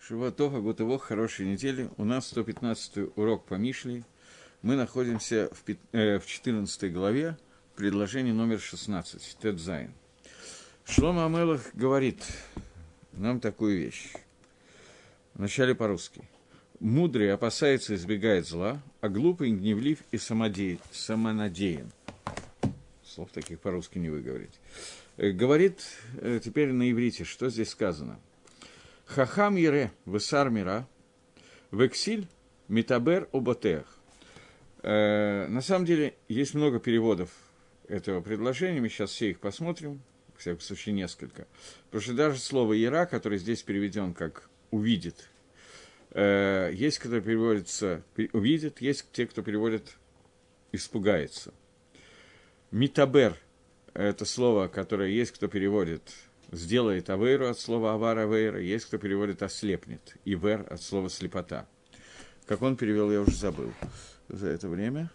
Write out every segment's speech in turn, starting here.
Шавуатов, Агутывох, хорошей недели. У нас 115-й урок по Мишле. Мы находимся в 14 главе, предложение номер 16, Тет Зайн. Шломо Амелах говорит нам такую вещь. Вначале по-русски. Мудрый опасается и избегает зла, а глупый, гневлив и самонадеян. Слов таких по-русски не выговорить. Говорит теперь на иврите, что здесь сказано. Хахам ере весар мира, вексиль митабер оботех. На самом деле, есть много переводов этого предложения, мы сейчас все их посмотрим, в всяком случае несколько. Потому что даже слово «ера», которое здесь переведен как «увидит», есть, кто переводится «увидит», есть те, кто переводит «испугается». Митабер – это слово, которое есть, кто переводит «сделает авейру» от слова «авар авейра», есть, кто переводит «ослепнет», «ивер» от слова «слепота». Как он перевел, я уже забыл за это время.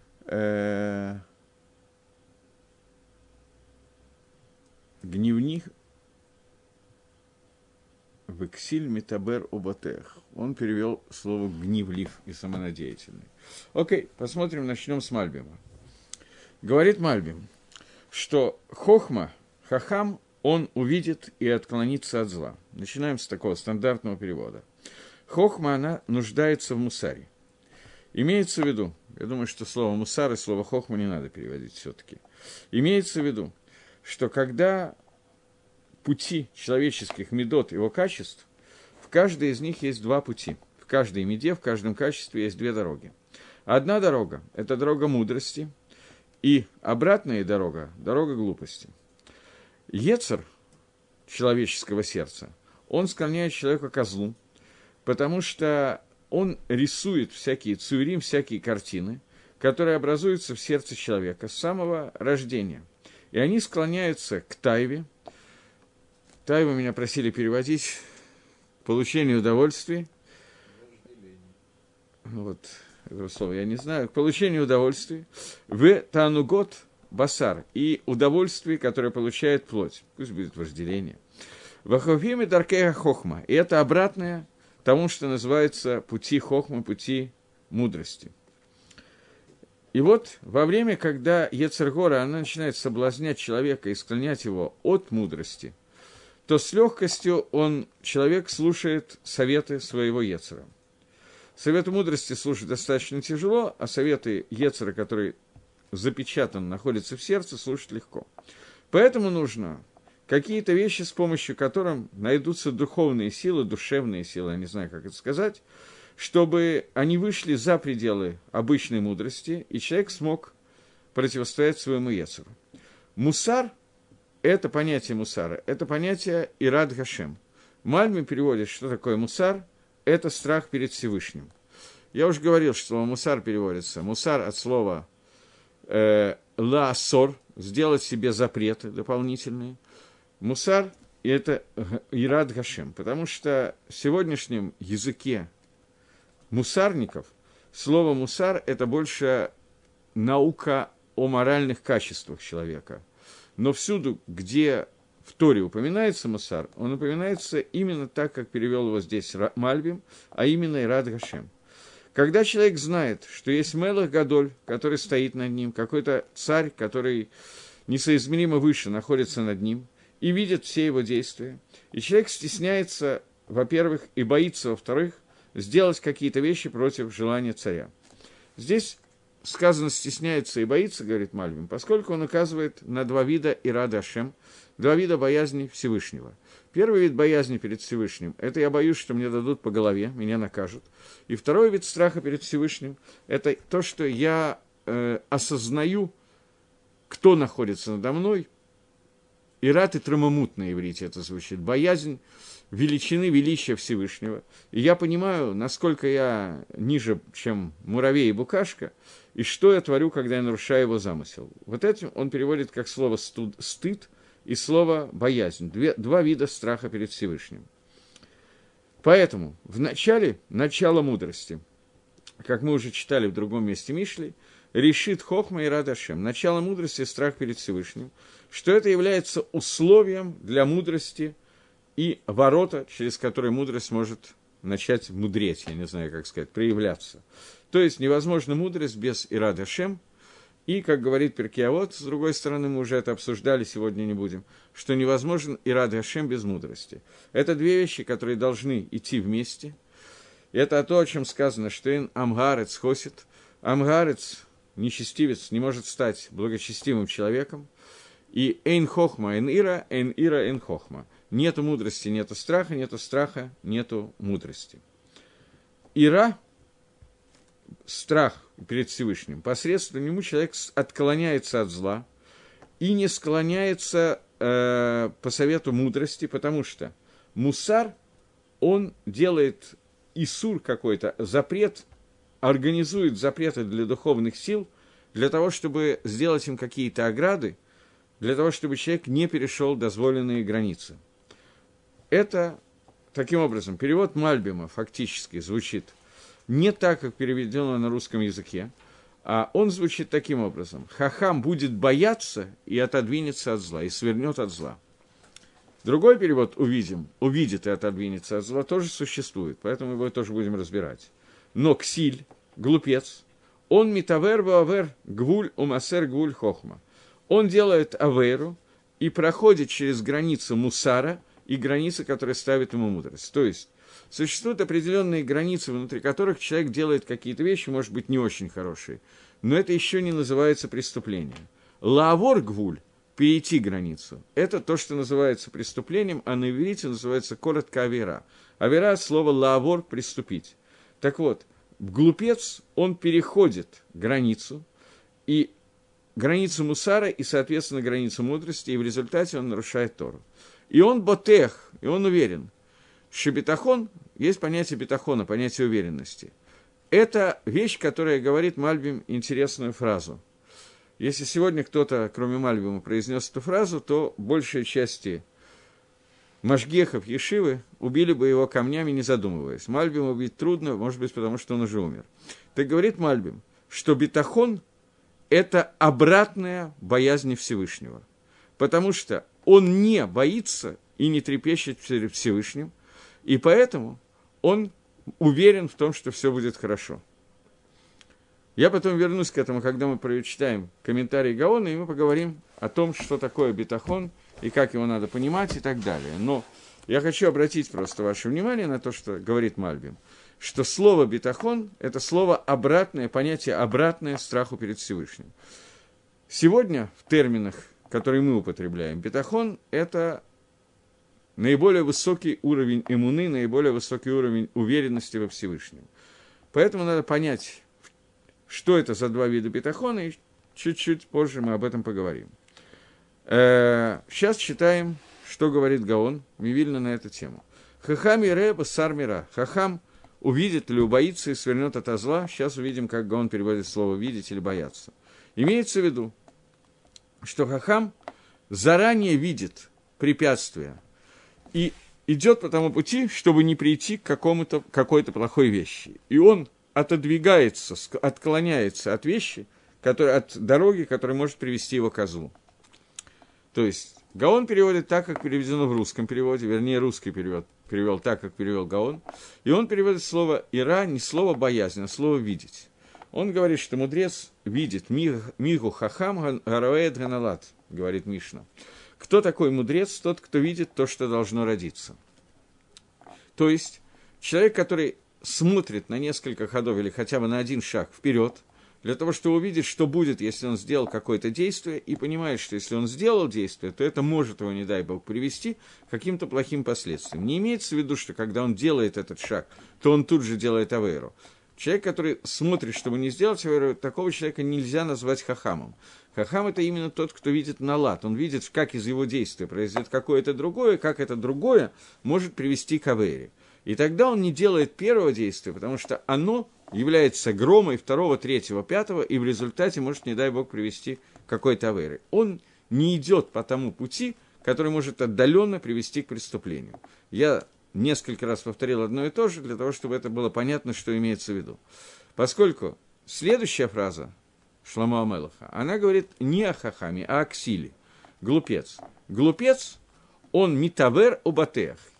Гневник «вексиль митабер оботех». Он перевел слово «гневлив» и «самонадеятельный». Окей, посмотрим, начнем с Мальбима. Говорит Мальбим, что хохма, хахам, он увидит и отклонится от зла. Начинаем с такого стандартного перевода. Хохма, она нуждается в мусаре. Имеется в виду, я думаю, что слово мусар и слово хохма не надо переводить все-таки. Имеется в виду, что когда пути человеческих медот, его качеств, в каждой из них есть два пути. В каждой меде, в каждом качестве есть две дороги. Одна дорога – это дорога мудрости, и обратная дорога – дорога глупости. Ецер человеческого сердца, он склоняет человека ко злу, потому что он рисует всякие цуирим, всякие картины, которые образуются в сердце человека с самого рождения. И они склоняются к тайве. Тайву меня просили переводить получению удовольствий. Вот, этого слова я не знаю. К получению удовольствий. В танугот басар. И удовольствие, которое получает плоть. Пусть будет вожделение. Ваховими даркея хохма. И это обратное тому, что называется пути хохмы, пути мудрости. И вот во время, когда Йецер Гора, она начинает соблазнять человека и склонять его от мудрости, то с легкостью человек слушает советы своего Йецера. Советы мудрости слушать достаточно тяжело, а советы Йецера, который запечатан, находится в сердце, слушать легко. Поэтому нужно какие-то вещи, с помощью которых найдутся духовные силы, душевные силы, я не знаю, как это сказать, чтобы они вышли за пределы обычной мудрости, и человек смог противостоять своему Йецеру. Мусар – это понятие мусара, это понятие ирад Гашем. Мальбим переводит, что такое мусар – это страх перед Всевышним. Я уже говорил, что слово мусар переводится. Мусар от слова ла-сор – сделать себе запреты дополнительные. Мусар – это ирад Гашем, потому что в сегодняшнем языке мусарников слово «мусар» – это больше наука о моральных качествах человека. Но всюду, где в Торе упоминается мусар, он упоминается именно так, как перевел его здесь Мальбим, а именно ирад Гашем. Когда человек знает, что есть Мелах Гадоль, который стоит над ним, какой-то царь, который несоизмеримо выше находится над ним, и видит все его действия, и человек стесняется, во-первых, и боится, во-вторых, сделать какие-то вещи против желания царя. Здесь сказано «стесняется и боится», говорит Мальбим, поскольку он указывает на два вида ирад Ашем, два вида боязни Всевышнего. Первый вид боязни перед Всевышним – это я боюсь, что мне дадут по голове, меня накажут. И второй вид страха перед Всевышним – это то, что я осознаю, кто находится надо мной. Ират и трамамут на иврите это звучит. Боязнь величины, величия Всевышнего. И я понимаю, насколько я ниже, чем муравей и букашка, и что я творю, когда я нарушаю его замысел. Вот этим он переводит как слово «стыд» и слово «боязнь». Два вида страха перед Всевышним. Поэтому в начало мудрости, как мы уже читали в другом месте Мишли, решит хохма и ирад Ашем. Начало мудрости – страх перед Всевышним, что это является условием для мудрости и ворота, через которые мудрость может начать мудреть, я не знаю, как сказать, проявляться. То есть невозможна мудрость без Ират Ашем. И, как говорит Перкей Авот, с другой стороны, мы уже это обсуждали, сегодня не будем, что невозможен Ират Ашем без мудрости. Это две вещи, которые должны идти вместе. И это то, о чем сказано, что ин амгарец хосит. Амгарец, нечестивец, не может стать благочестивым человеком. И эйн хохма, эйн ира, эйн хохма. Нету мудрости, нету страха, нету мудрости. Ира, страх перед Всевышним, посредством него человек отклоняется от зла и не склоняется по совету мудрости, потому что мусар, он делает исур какой-то, запрет, организует запреты для духовных сил, для того, чтобы сделать им какие-то ограды, для того, чтобы человек не перешел дозволенные границы. Это, таким образом, перевод Мальбима фактически звучит не так, как переведено на русском языке, а он звучит таким образом. Хахам будет бояться и отодвинется от зла, и свернет от зла. Другой перевод увидит и отодвинется от зла, тоже существует, поэтому его тоже будем разбирать. Но ксиль, глупец, он митавер вавер гвуль умасер гвуль хохма. Он делает авейру и проходит через границу мусара и границы, которые ставит ему мудрость. То есть существуют определенные границы, внутри которых человек делает какие-то вещи, может быть, не очень хорошие, но это еще не называется преступлением. Лаавор гвуль, перейти границу, это то, что называется преступлением, а на иврите называется коротко авера. Авера от слова лаавор, приступить. Так вот, глупец, он переходит границу, и границу мусара, и, соответственно, границу мудрости, и в результате он нарушает Тору. И он ботех, и он уверен, что бетахон, есть понятие бетахона, понятие уверенности. Это вещь, которая говорит Мальбим интересную фразу. Если сегодня кто-то, кроме Мальбима, произнес эту фразу, то большей части машгехов Ешивы убили бы его камнями, не задумываясь. Мальбима убить трудно, может быть, потому что он уже умер. Так говорит Мальбим, что бетахон – это обратная боязнь Всевышнего. Потому что он не боится и не трепещет перед Всевышним, и поэтому он уверен в том, что все будет хорошо. Я потом вернусь к этому, когда мы прочитаем комментарий Гаона, и мы поговорим о том, что такое бетахон, и как его надо понимать, и так далее. Но я хочу обратить просто ваше внимание на то, что говорит Мальбим, что слово бетахон – это слово обратное, понятие обратное страху перед Всевышним. Сегодня в терминах, которые мы употребляем, бетахон – это наиболее высокий уровень иммуны, наиболее высокий уровень уверенности во Всевышнем. Поэтому надо понять, что это за два вида бетахона, и чуть-чуть позже мы об этом поговорим. Сейчас читаем, что говорит Гаон Мивильна на эту тему. Хахам ире басар мира. Хахам увидит или убоится и свернет от зла. Сейчас увидим, как Гаон переводит слово «видеть» или «бояться». Имеется в виду, что Хахам заранее видит препятствия и идет по тому пути, чтобы не прийти к какой-то плохой вещи. И он отодвигается, отклоняется от вещи, от дороги, которая может привести его к злу. То есть Гаон переводит так, как переведено в русском переводе, вернее, русский перевод перевел так, как перевел Гаон, и он переводит слово «ира» не слово «боязнь», а слово «видеть». Он говорит, что мудрец видит мигу хахам гароэд ганалат, говорит Мишна. Кто такой мудрец? Тот, кто видит то, что должно родиться. То есть человек, который смотрит на несколько ходов или хотя бы на один шаг вперед, для того, чтобы увидеть, что будет, если он сделал какое-то действие, и понимает, что если он сделал действие, то это может его, не дай Бог, привести к каким-то плохим последствиям. Не имеется в виду, что когда он делает этот шаг, то он тут же делает авейру. Человек, который смотрит, чтобы не сделать авейру, такого человека нельзя назвать хахамом. Хахам – это именно тот, кто видит налад. Он видит, как из его действия произойдет какое-то другое, как это другое может привести к авейре. И тогда он не делает первого действия, потому что оно является громой второго, третьего, пятого, и в результате может, не дай Бог, привести к какой-то авейре. Он не идет по тому пути, который может отдаленно привести к преступлению. Я несколько раз повторил одно и то же, для того, чтобы это было понятно, что имеется в виду. Поскольку следующая фраза Шломо ха-Мелеха, она говорит не о хахаме, а о ксиле. Глупец. Глупец, он митавер обатех.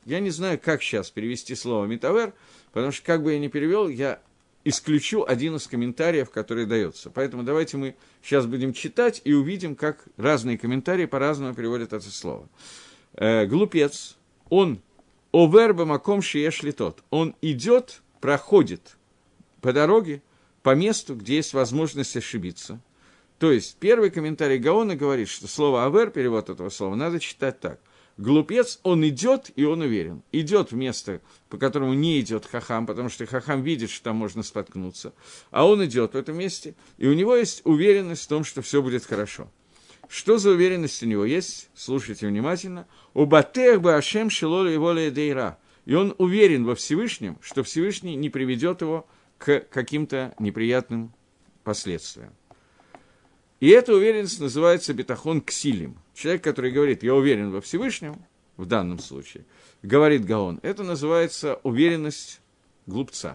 Я не знаю, как сейчас перевести слово «метавер», потому что, как бы я ни перевел, я исключу один из комментариев, который дается. Поэтому давайте мы сейчас будем читать и увидим, как разные комментарии по-разному переводят это слово. Глупец, он овер бамаком шиешли тот. Он идет, проходит по дороге, по месту, где есть возможность ошибиться. То есть первый комментарий Гаона говорит, что слово «авер», перевод этого слова, надо читать так. Глупец, он идет, и он уверен. Идет в место, по которому не идет хахам, потому что хахам видит, что там можно споткнуться. А он идет в этом месте, и у него есть уверенность в том, что все будет хорошо. Что за уверенность у него есть? Слушайте внимательно. «Убатех баашем шилоли воле дейра». И он уверен во Всевышнем, что Всевышний не приведет его к каким-то неприятным последствиям. И эта уверенность называется бетахон ксилим. Человек, который говорит, я уверен во Всевышнем, в данном случае, говорит Гаон, это называется уверенность глупца.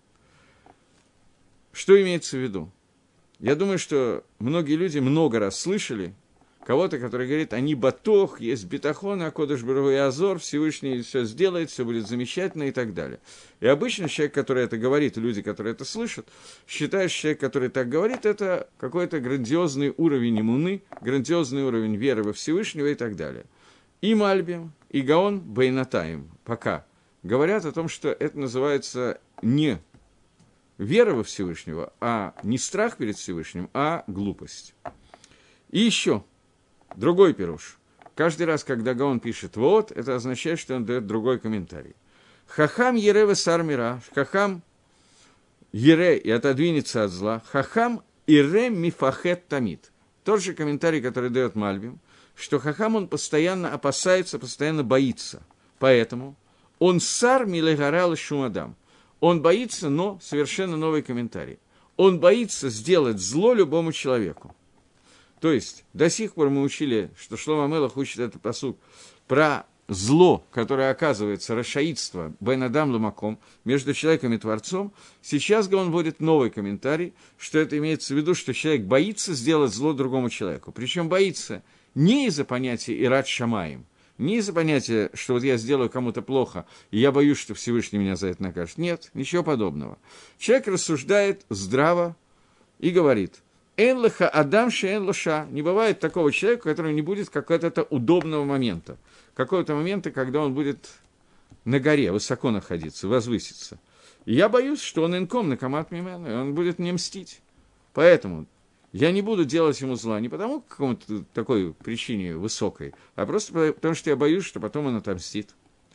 Что имеется в виду? Я думаю, что многие люди много раз слышали кого-то, который говорит, они батох, есть бетахон, а кодыш бару и азор, Всевышний все сделает, все будет замечательно и так далее. И обычно человек, который это говорит, люди, которые это слышат, считают, что человек, который так говорит, это какой-то грандиозный уровень иммуны, грандиозный уровень веры во Всевышнего и так далее. И Мальбим, и Гаон Байнатаим пока говорят о том, что это называется не вера во Всевышнего, а не страх перед Всевышним, а глупость. И еще другой пируш. Каждый раз, когда Гаон пишет «вот», это означает, что он дает другой комментарий. «Хахам ере весар мира», «хахам ере» и отодвинется от зла, «хахам ире мифахет тамид». Тот же комментарий, который дает Мальбим, что хахам он постоянно опасается, постоянно боится. Поэтому он сар милегарал шумадам. Он боится, но совершенно новый комментарий. Он боится сделать зло любому человеку. То есть, до сих пор мы учили, что Шломо Амелах учит этот пасук про зло, которое оказывается рашаидство бен адам лумаком между человеком и Творцом. Сейчас он вводит новый комментарий, что это имеется в виду, что человек боится сделать зло другому человеку. Причем боится не из-за понятия ират шамаим, не из-за понятия, что вот я сделаю кому-то плохо, и я боюсь, что Всевышний меня за это накажет. Нет, ничего подобного. Человек рассуждает здраво и говорит: «Эн леха адам шеэн лоша». Не бывает такого человека, у которого не будет какого-то удобного момента. Какого-то момента, когда он будет на горе, высоко находиться, возвыситься. И я боюсь, что он инком на камат мимен, и он будет мне мстить. Поэтому я не буду делать ему зла не потому, по какому-то такой причине высокой, а просто потому, что я боюсь, что потом он отомстит.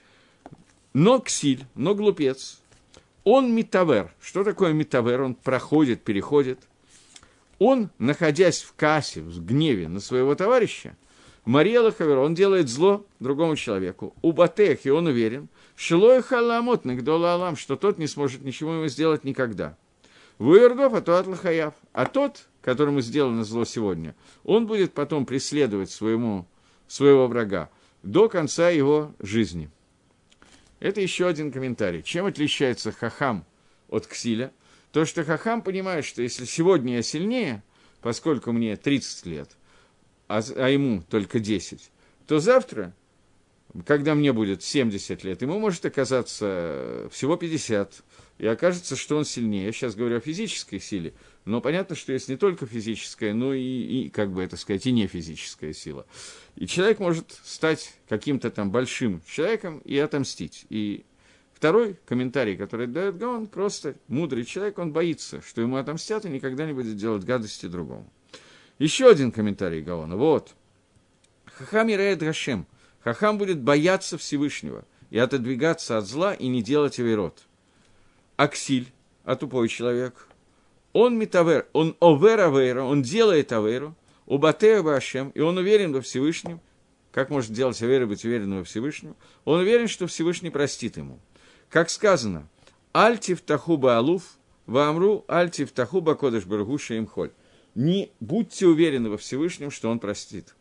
Но ксиль, но глупец, он митавер. Что такое митавер? Он проходит, переходит. Он, находясь в кассе, в гневе на своего товарища, Мариэла Хавер, он делает зло другому человеку. У Батехи он уверен, Шилой Халамот Нагдола Алам, что тот не сможет ничего ему сделать никогда. Вуэрдов, а то Атлахаяв. А тот, которому сделано зло сегодня, он будет потом преследовать своего врага до конца его жизни. Это еще один комментарий. Чем отличается хахам от ксиля? То, что хахам понимает, что если сегодня я сильнее, поскольку мне 30 лет, а ему только 10, то завтра, когда мне будет 70 лет, ему может оказаться всего 50, и окажется, что он сильнее. Я сейчас говорю о физической силе, но понятно, что есть не только физическая, но и как бы это сказать, и не физическая сила. И человек может стать каким-то там большим человеком и отомстить. И второй комментарий, который дает Гаон, просто мудрый человек, он боится, что ему отомстят и никогда не будет делать гадости другому. Еще один комментарий Гаона. Вот. Хахам ирает Гашем. Хахам будет бояться Всевышнего и отодвигаться от зла и не делать авейрот. Аксиль, а тупой человек, он митавер, он овер авейра, он делает авейру, убатея башем, и он уверен во Всевышнем. Как может делать авейру, быть уверенным во Всевышнем? Он уверен, что Всевышний простит ему. Как сказано, «Альтив тахуба алуф, ваамру альтив тахуба кодыш баргуша им холь». Не будьте уверены во Всевышнем, что он простит.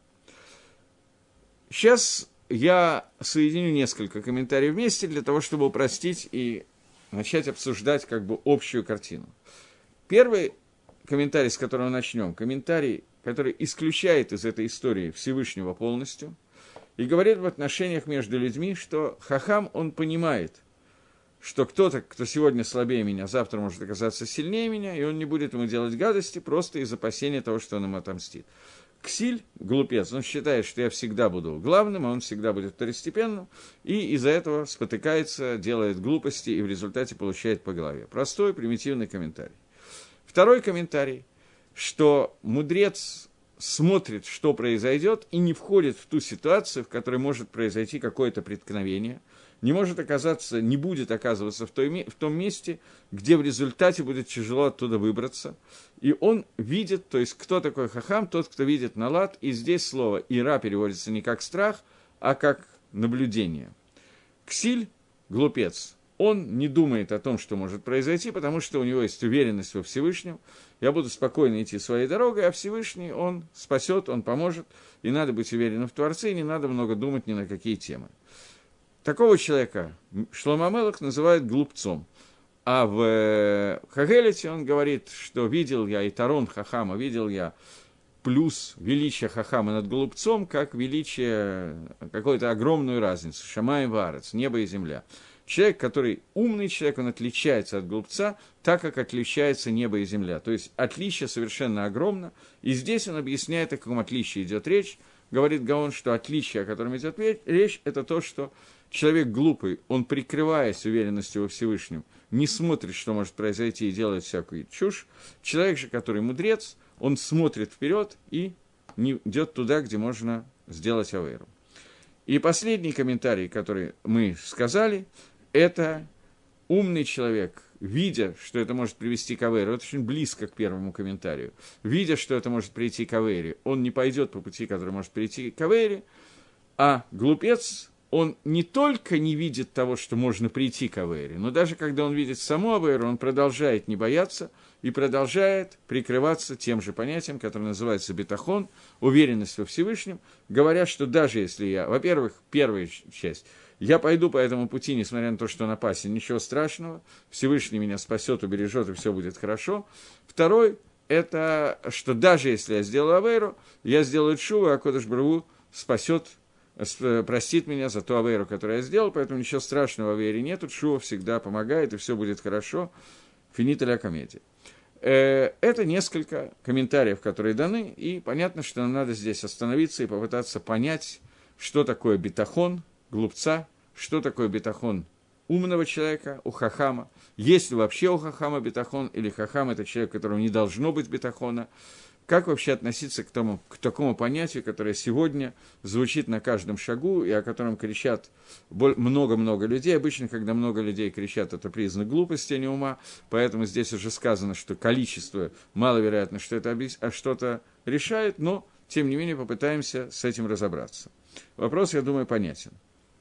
Сейчас я соединю несколько комментариев вместе для того, чтобы упростить и начать обсуждать как бы общую картину. Первый комментарий, с которого начнем, комментарий, который исключает из этой истории Всевышнего полностью, и говорит в отношениях между людьми, что хахам, он понимает, что кто-то, кто сегодня слабее меня, завтра может оказаться сильнее меня, и он не будет ему делать гадости просто из опасения того, что он ему отомстит. Ксиль, глупец, он считает, что я всегда буду главным, а он всегда будет второстепенным, и из-за этого спотыкается, делает глупости и в результате получает по голове. Простой, примитивный комментарий. Второй комментарий, что мудрец смотрит, что произойдет, и не входит в ту ситуацию, в которой может произойти какое-то преткновение, не может оказаться, не будет оказываться в том месте, где в результате будет тяжело оттуда выбраться. И он видит, то есть кто такой хахам, тот, кто видит налад, и здесь слово «ира» переводится не как страх, а как наблюдение. Ксиль, глупец, он не думает о том, что может произойти, потому что у него есть уверенность во Всевышнем. Я буду спокойно идти своей дорогой, а Всевышний, он спасет, он поможет, и надо быть уверенным в Творце, и не надо много думать ни на какие темы. Такого человека Шломо а-Мелех называют глупцом. А в Хагелете он говорит, что видел я и Тарон Хахама, видел я плюс величие Хахама над глупцом, как величие, какую-то огромную разницу, Шамай варец, небо и земля. Человек, который умный человек, он отличается от глупца, так как отличается небо и земля. То есть отличие совершенно огромно. И здесь он объясняет, о каком отличии идет речь. Говорит Гаон, что отличие, о котором идет речь, это то, что человек глупый, он, прикрываясь уверенностью во Всевышнем, не смотрит, что может произойти, и делает всякую чушь. Человек же, который мудрец, он смотрит вперед и не идет туда, где можно сделать авейру. И последний комментарий, который мы сказали, это умный человек, видя, что это может привести к авейру, это очень близко к первому комментарию, видя, что это может прийти к авейре, он не пойдет по пути, который может прийти к авейре, а глупец, он не только не видит того, что можно прийти к авейре, но даже когда он видит саму авейру, он продолжает не бояться и продолжает прикрываться тем же понятием, которое называется бетахон, уверенность во Всевышнем, говоря, что даже если я, во-первых, первая часть, я пойду по этому пути, несмотря на то, что он опасен, ничего страшного, Всевышний меня спасет, убережет, и все будет хорошо. Второй, это, что даже если я сделаю авейру, я сделаю тшуву, а Кодеш Барух Ху спасет, простит меня за ту авейру, которую я сделал, поэтому ничего страшного в авейре нет, тшува всегда помогает, и все будет хорошо. Финита ля комедия. Это несколько комментариев, которые даны, и понятно, что нам надо здесь остановиться и попытаться понять, что такое бетахон, глупца, что такое бетахон умного человека, у хахама, есть ли вообще у хахама бетахон, или хахам – это человек, у которого не должно быть бетахона, как вообще относиться к такому понятию, которое сегодня звучит на каждом шагу, и о котором кричат много-много людей. Обычно, когда много людей кричат, это признак глупости, а не ума, поэтому здесь уже сказано, что количество, маловероятно, что это что-то решает, но, тем не менее, попытаемся с этим разобраться. Вопрос, я думаю, понятен.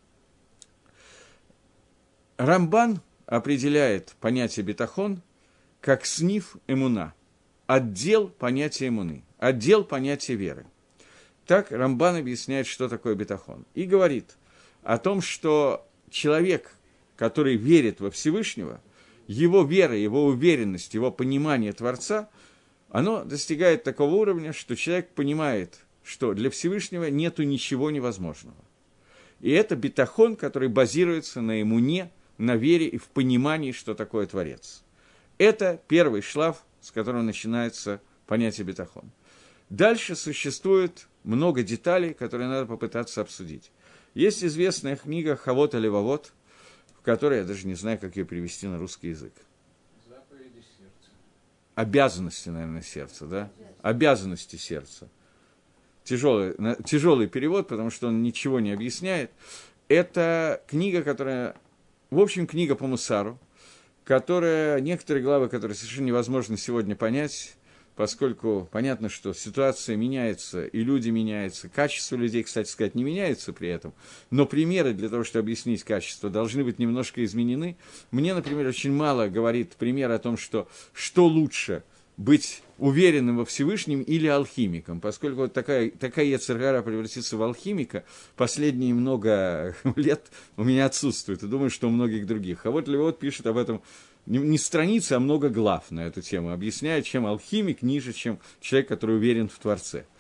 Рамбан определяет понятие бетахон как сниф эмуна, отдел понятия эмуны, отдел понятия веры. Так Рамбан объясняет, что такое бетахон. И говорит о том, что человек, который верит во Всевышнего, его вера, его уверенность, его понимание Творца, оно достигает такого уровня, что человек понимает, что для Всевышнего нету ничего невозможного. И это бетахон, который базируется на эмуне, на вере и в понимании, что такое Творец. Это первый шлаф, с которого начинается понятие бетахон. Дальше существует много деталей, которые надо попытаться обсудить. Есть известная книга «Хавот а-левавот», в которой, я даже не знаю, как ее перевести на русский язык. Заповеди сердца. Обязанности, наверное, сердца, да? Обязанности сердца. Тяжелый перевод, потому что он ничего не объясняет. Это книга, которая... В общем, книга по мусару, которая, некоторые главы, которые совершенно невозможно сегодня понять, поскольку понятно, что ситуация меняется, и люди меняются, качество людей, кстати сказать, не меняется при этом, но примеры для того, чтобы объяснить качество, должны быть немножко изменены. Мне, например, очень мало говорит пример о том, что лучше быть уверенным во Всевышнем или алхимиком, поскольку вот такая йецер гара превратится в алхимика, последние много лет у меня отсутствует, и думаю, что у многих других. А вот Левот пишет об этом не страницы, а много глав на эту тему, объясняет, чем алхимик ниже, чем человек, который уверен в Творце.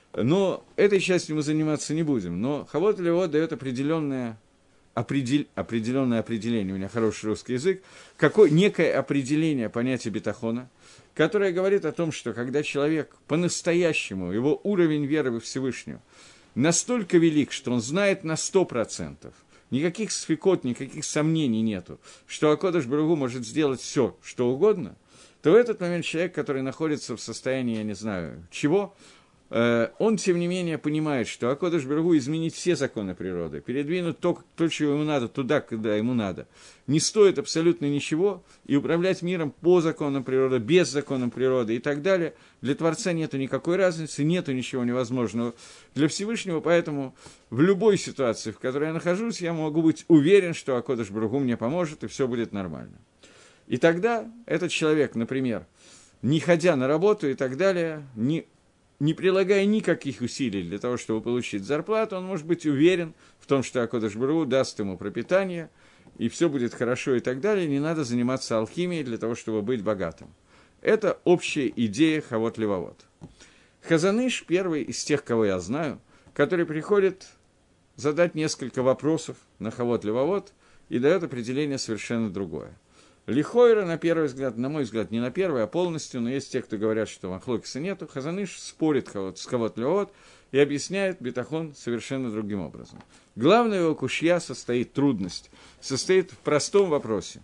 Но этой частью мы заниматься не будем. Но Хавот Левот дает определенное определение, у меня хороший русский язык, некое определение понятия бетахона, которое говорит о том, что когда человек по-настоящему, его уровень веры во Всевышнего настолько велик, что он знает на 100%, никаких сфикот, никаких сомнений нету, что Акодыш Барух Ху может сделать все, что угодно, то в этот момент человек, который находится в состоянии, я не знаю, чего, он, тем не менее, понимает, что Акодыш Барух Ху изменить все законы природы, передвинуть то, чего ему надо, туда, куда ему надо, не стоит абсолютно ничего, и управлять миром по законам природы, без законов природы и так далее. Для Творца нету никакой разницы, нету ничего невозможного для Всевышнего, поэтому в любой ситуации, в которой я нахожусь, я могу быть уверен, что Акодыш Барух Ху мне поможет, и все будет нормально. И тогда этот человек, например, не ходя на работу и так далее, не прилагая никаких усилий для того, чтобы получить зарплату, он может быть уверен в том, что Акодыш Барух Ху даст ему пропитание, и все будет хорошо и так далее, не надо заниматься алхимией для того, чтобы быть богатым. Это общая идея Хавот Левавот. Хазон Иш первый из тех, кого я знаю, который приходит задать несколько вопросов на Хавот Левавот и дает определение совершенно другое. Лихойра, на первый взгляд, на мой взгляд, не на первый, а полностью, но есть те, кто говорят, что махлокиса нету, Хазон Иш спорит с Хавот Левавот и объясняет бетахон совершенно другим образом. Главная его кушья трудность состоит в простом вопросе.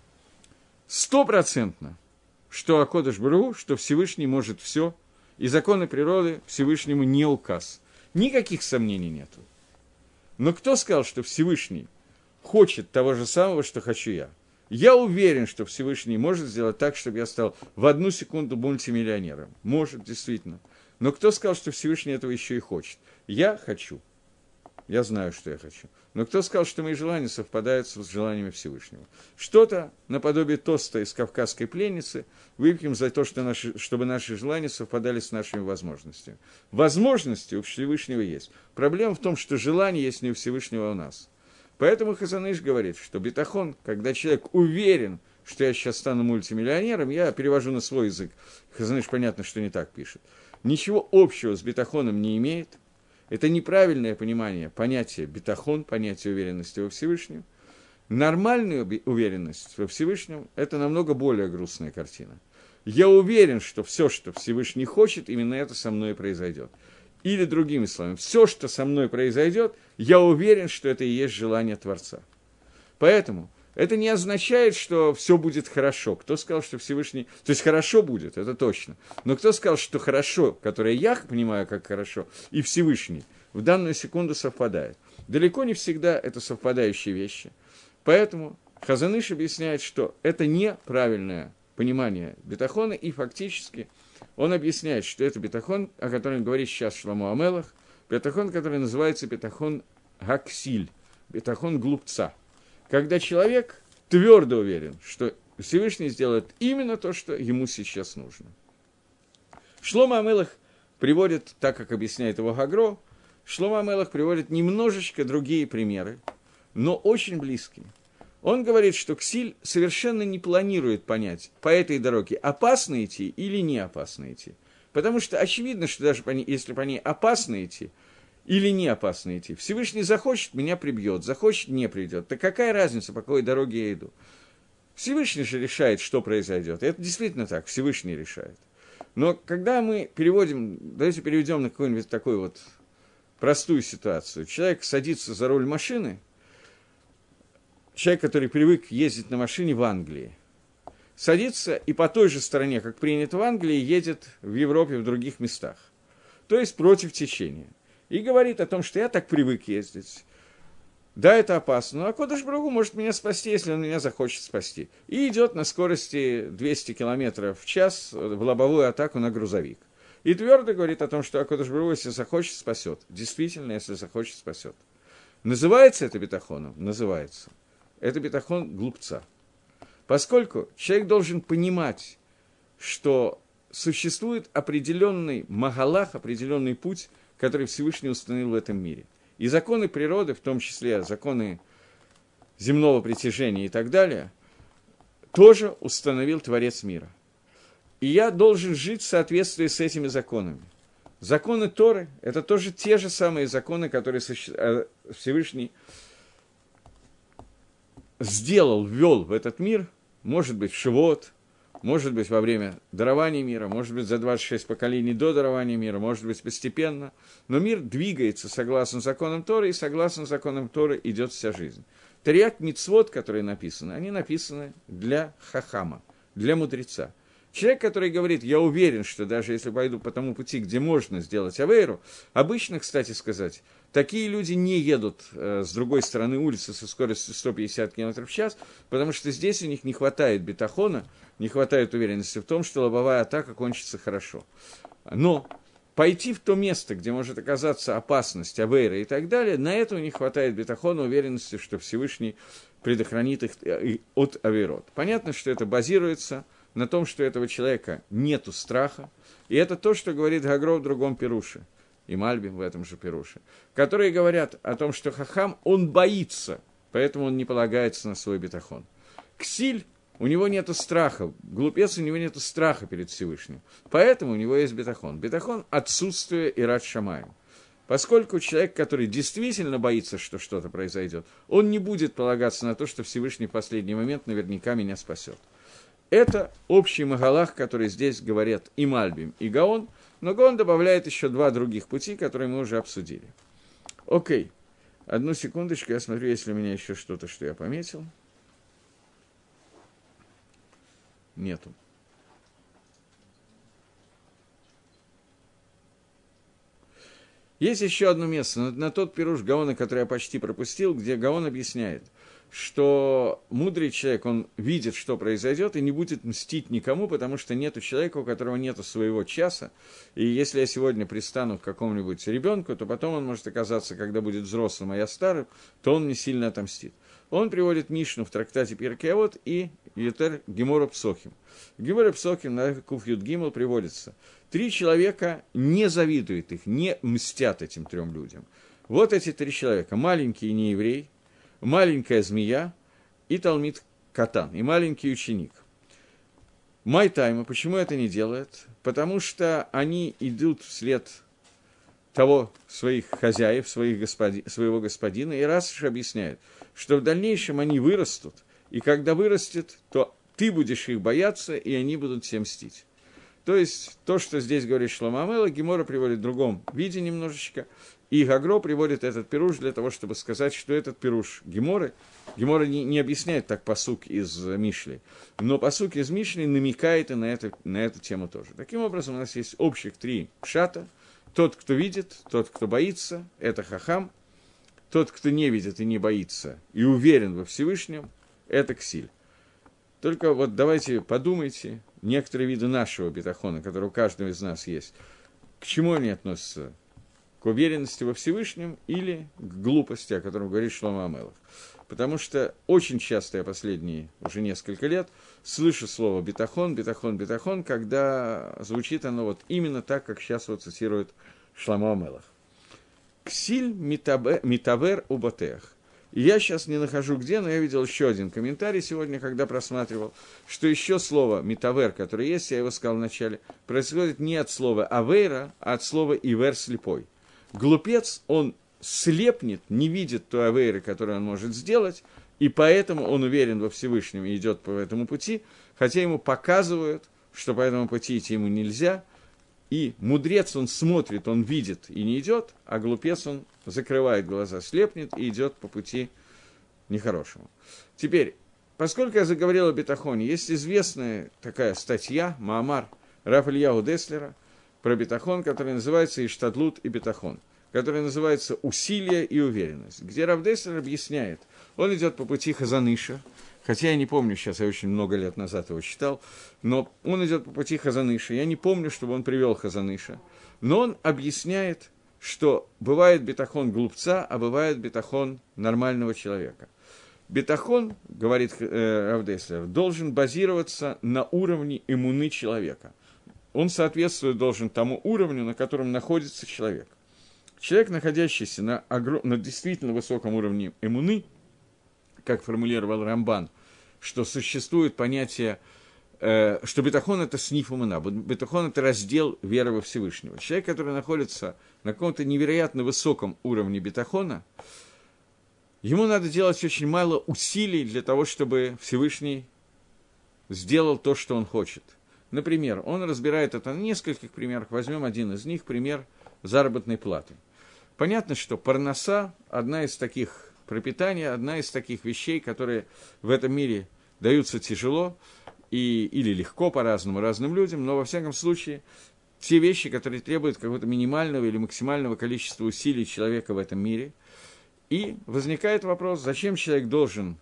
100%, что Акодыш Барух Ху, что Всевышний может все, и законы природы Всевышнему не указ. Никаких сомнений нету. Но кто сказал, что Всевышний хочет того же самого, что хочу я? Я уверен, что Всевышний может сделать так, чтобы я стал в 1 секунду мультимиллионером. Может, действительно. Но кто сказал, что Всевышний этого еще и хочет? Я хочу. Я знаю, что я хочу. Но кто сказал, что мои желания совпадают с желаниями Всевышнего? Что-то наподобие тоста из «Кавказской пленницы» выпьем за то, чтобы наши желания совпадали с нашими возможностями. Возможности у Всевышнего есть. Проблема в том, что желание есть не у Всевышнего, а у нас. Поэтому Хазон Иш говорит, что бетахон, когда человек уверен, что я сейчас стану мультимиллионером, я перевожу на свой язык. Хазон Иш, понятно, что не так пишет. Ничего общего с бетахоном не имеет. Это неправильное понимание понятия бетахон, понятия уверенности во Всевышнем. Нормальная уверенность во Всевышнем – это намного более грустная картина. Я уверен, что все, что Всевышний хочет, именно это со мной произойдет. Или, другими словами, все, что со мной произойдет, я уверен, что это и есть желание Творца. Поэтому это не означает, что все будет хорошо. Кто сказал, что Всевышний... То есть хорошо будет, это точно. Но кто сказал, что хорошо, которое я понимаю как хорошо, и Всевышний в данную секунду совпадает? Далеко не всегда это совпадающие вещи. Поэтому Хазон Иш объясняет, что это неправильное понимание бетахона, и фактически он объясняет, что это бетахон, о котором говорит сейчас Шломо ха-Мелех, бетахон, который называется бетахон гаксиль, бетахон глупца. Когда человек твердо уверен, что Всевышний сделает именно то, что ему сейчас нужно. Шломо ха-Мелех приводит, так как объясняет его Гагро, Шломо ха-Мелех приводит немножечко другие примеры, но очень близкие. Он говорит, что Ксиль совершенно не планирует понять, по этой дороге опасно идти или не опасно идти. Потому что очевидно, что даже если по ней опасно идти или не опасно идти, Всевышний захочет, меня прибьет, захочет, не придет. Так какая разница, по какой дороге я иду? Всевышний же решает, что произойдет. И это действительно так, Всевышний решает. Но когда мы переводим, давайте переведем на какую-нибудь такую вот простую ситуацию. Человек садится за руль машины, человек, который привык ездить на машине в Англии, садится и по той же стороне, как принято в Англии, едет в Европе, в других местах. То есть против течения. И говорит о том, что я так привык ездить. Да, это опасно, но Акодыш Барух Ху может меня спасти, если он меня захочет спасти. И идет на скорости 200 км в час в лобовую атаку на грузовик. И твердо говорит о том, что Акодыш Барух Ху, если захочет, спасет. Действительно, если захочет, спасет. Называется это бетахоном? Называется. Это бетахон глупца. Поскольку человек должен понимать, что существует определенный магалах, определенный путь, который Всевышний установил в этом мире. И законы природы, в том числе законы земного притяжения и так далее, тоже установил Творец мира. И я должен жить в соответствии с этими законами. Законы Торы – это тоже те же самые законы, которые Всевышний сделал, ввел в этот мир, может быть, в Шивот, может быть, во время дарования мира, может быть, за 26 поколений до дарования мира, может быть, постепенно. Но мир двигается согласно законам Торы, и согласно законам Торы идет вся жизнь. Тарьят мицвот, которые написаны, они написаны для хахама, для мудреца. Человек, который говорит, я уверен, что даже если пойду по тому пути, где можно сделать авейру, обычно, кстати сказать, такие люди не едут с другой стороны улицы со скоростью 150 км в час, потому что здесь у них не хватает бетахона, не хватает уверенности в том, что лобовая атака кончится хорошо. Но пойти в то место, где может оказаться опасность, авейра и так далее, на это у них хватает бетахона, уверенности, что Всевышний предохранит их от авейрот. Понятно, что это базируется на том, что у этого человека нету страха, и это то, что говорит Гагро в другом пируше, и Мальбим в этом же пируше, которые говорят о том, что хахам, он боится, поэтому он не полагается на свой бетахон. Ксиль, у него нету страха, глупец, у него нету страха перед Всевышним, поэтому у него есть бетахон. Бетахон – отсутствие ират шамаем. Поскольку человек, который действительно боится, что что-то произойдет, он не будет полагаться на то, что Всевышний в последний момент наверняка меня спасет. Это общий магалах, который здесь говорят и Мальбим, и Гаон, но Гаон добавляет еще два других пути, которые мы уже обсудили. Окей, одну секундочку, я смотрю, есть ли у меня еще что-то, что я пометил. Нету. Есть еще одно место, на тот пируш Гаона, который я почти пропустил, где Гаон объясняет, что мудрый человек, он видит, что произойдет, и не будет мстить никому, потому что нету человека, у которого нету своего часа. И если я сегодня пристану к какому-нибудь ребенку, то потом он может оказаться, когда будет взрослым, а я старым, то он мне сильно отомстит. Он приводит Мишну в трактате Пиркей Авот и Ютер Гемора Псохим. В Геморе Псохим на Куф Ют Гимел приводится: 3 человека не завидуют их, не мстят этим 3 людям. Вот эти 3 человека: маленький нееврей, маленькая змея и Талмид Катан, и маленький ученик. Майтайма, почему это не делает? Потому что они идут вслед того своих хозяев, своего господина, и Раши объясняет, что в дальнейшем они вырастут, и когда вырастет, то ты будешь их бояться, и они будут всем мстить. То есть, то, что здесь говорит Шломо Амелех, Гемора приводит в другом виде немножечко, и Гагро приводит этот пируш для того, чтобы сказать, что этот пируш Гемора не объясняет так пасук из Мишли, но пасук из Мишли намекает и на эту тему тоже. Таким образом, у нас есть общих 3 пшата. Тот, кто видит, тот, кто боится, это хахам. Тот, кто не видит и не боится, и уверен во Всевышнем, это ксиль. Только вот давайте подумайте, некоторые виды нашего бетахона, которые у каждого из нас есть, к чему они относятся? К уверенности во Всевышнем или к глупости, о котором говорит Шломо Амелех? Потому что очень часто я последние уже несколько лет слышу слово бетахон, бетахон, бетахон, когда звучит оно вот именно так, как сейчас вот цитирует Шломо Амелех. Ксиль митавер уботех. И я сейчас не нахожу где, но я видел еще один комментарий сегодня, когда просматривал, что еще слово митавер, которое есть, я его сказал вначале, происходит не от слова авейра, а от слова ивер слепой. Глупец, он слепнет, не видит той авейры, которую он может сделать, и поэтому он уверен во Всевышнем и идет по этому пути, хотя ему показывают, что по этому пути идти ему нельзя, и мудрец, он смотрит, он видит и не идет, а глупец, он закрывает глаза, слепнет и идет по пути нехорошему. Теперь, поскольку я заговорил о бетахоне, есть известная такая статья, маамар Рав Ильяу Деслера, про бетахон, который называется «Иштадлут и бетахон», который называется «Усилие и уверенность», где Рав Деслер объясняет, он идет по пути Хазаныша, хотя я не помню сейчас, я очень много лет назад его читал, но он идет по пути Хазаныша, я не помню, чтобы он привел Хазаныша, но он объясняет, что бывает бетахон глупца, а бывает бетахон нормального человека. Бетахон, говорит Рав Деслер, должен базироваться на уровне иммуны человека. Он соответствует должен тому уровню, на котором находится человек. Человек, находящийся на действительно высоком уровне иммуны, как формулировал Рамбан, что существует понятие что бетахон – это сниф умына, бетахон – это раздел веры во Всевышнего. Человек, который находится на каком-то невероятно высоком уровне бетахона, ему надо делать очень мало усилий для того, чтобы Всевышний сделал то, что он хочет. Например, он разбирает это на нескольких примерах. Возьмем один из них, пример заработной платы. Понятно, что парноса – одна из таких пропитаний, одна из таких вещей, которые в этом мире даются тяжело или легко по-разному разным людям, но во всяком случае те вещи, которые требуют какого-то минимального или максимального количества усилий человека в этом мире. И возникает вопрос, зачем человек должен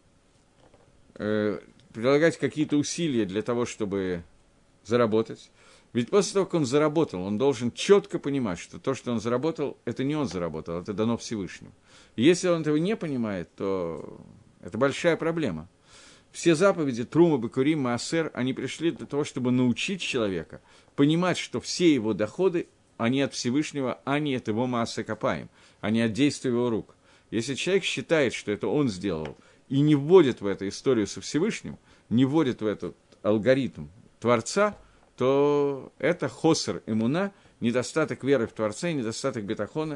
прилагать какие-то усилия для того, чтобы заработать. Ведь после того, как он заработал, он должен четко понимать, что то, что он заработал, это не он заработал, это дано Всевышнему. И если он этого не понимает, то это большая проблема. Все заповеди Трума, Бекурим, Маасер, они пришли для того, чтобы научить человека понимать, что все его доходы, они от Всевышнего, а не от его Маасе Капаим, а не от действия его рук. Если человек считает, что это он сделал, и не вводит в эту историю со Всевышним, не вводит в этот алгоритм Творца, то это хосер эмуна, недостаток веры в Творца и недостаток бетахона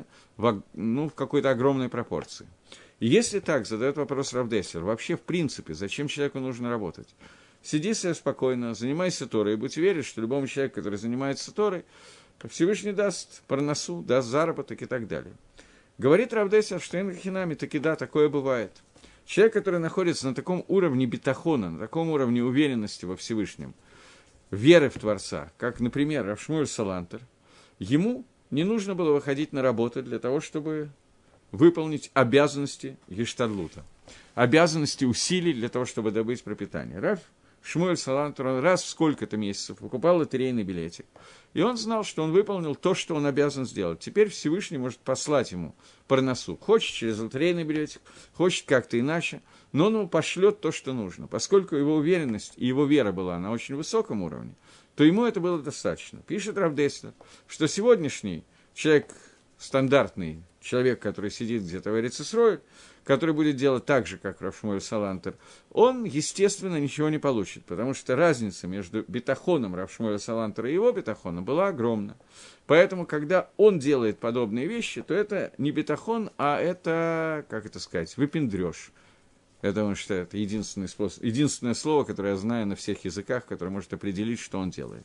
в какой-то огромной пропорции. И если так, задает вопрос Рав Деслер, вообще в принципе, зачем человеку нужно работать? Сиди себе спокойно, занимайся Торой, и будь уверен, что любому человеку, который занимается Торой, Всевышний даст парносу, даст заработок и так далее. Говорит Рав Деслер, что инхинами таки да, такое бывает. Человек, который находится на таком уровне бетахона, на таком уровне уверенности во Всевышнем, веры в Творца, как, например, Рав Шмуэль Салантер, ему не нужно было выходить на работу для того, чтобы выполнить обязанности гештадлута, обязанности усилий для того, чтобы добыть пропитание. Рав Шмуэль Салантер, он раз в сколько-то месяцев покупал лотерейный билетик, и он знал, что он выполнил то, что он обязан сделать. Теперь Всевышний может послать ему парносу. Хочет через лотерейный билетик, хочет как-то иначе, но он ему пошлет то, что нужно. Поскольку его уверенность и его вера была на очень высоком уровне, то ему это было достаточно. Пишет Рав Деслер, что сегодняшний человек, стандартный человек, который сидит где-то в Эрец Исроэль, который будет делать так же, как Рав Шмуэль Салантер, он, естественно, ничего не получит, потому что разница между бетахоном Рав Шмуэля Салантера и его бетахоном была огромна. Поэтому, когда он делает подобные вещи, то это не бетахон, а это, как это сказать, выпендрёж. Это, он считает, единственное слово, которое я знаю на всех языках, которое может определить, что он делает.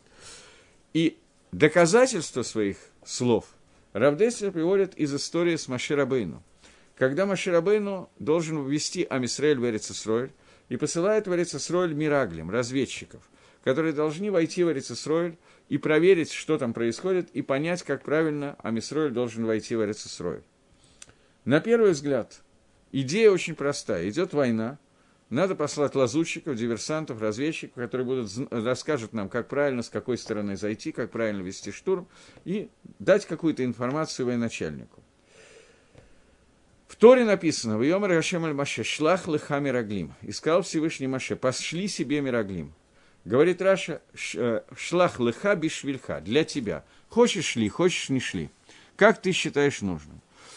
И доказательство своих слов Рав Деслер приводит из истории с Моше Рабейну. Когда Моше Рабейну должен ввести Ам Исраэль в Эрец Исроэль и посылает в Эрец Исроэль мираглим, разведчиков, которые должны войти в Эрец Исроэль и проверить, что там происходит, и понять, как правильно Ам Исраэль должен войти в Эрец Исроэль. На первый взгляд, идея очень простая. Идет война, надо послать лазутчиков, диверсантов, разведчиков, которые расскажут нам, как правильно, с какой стороны зайти, как правильно вести штурм, и дать какую-то информацию военачальнику. В Торе написано: «Вайомер Гашем аль Моше, шлах леха мираглим». И сказал Всевышний Моше: «Пошли себе мираглим». Говорит Раша: «Шлах леха бишвильха», для тебя. Хочешь шли, хочешь не шли. Как ты считаешь нужным?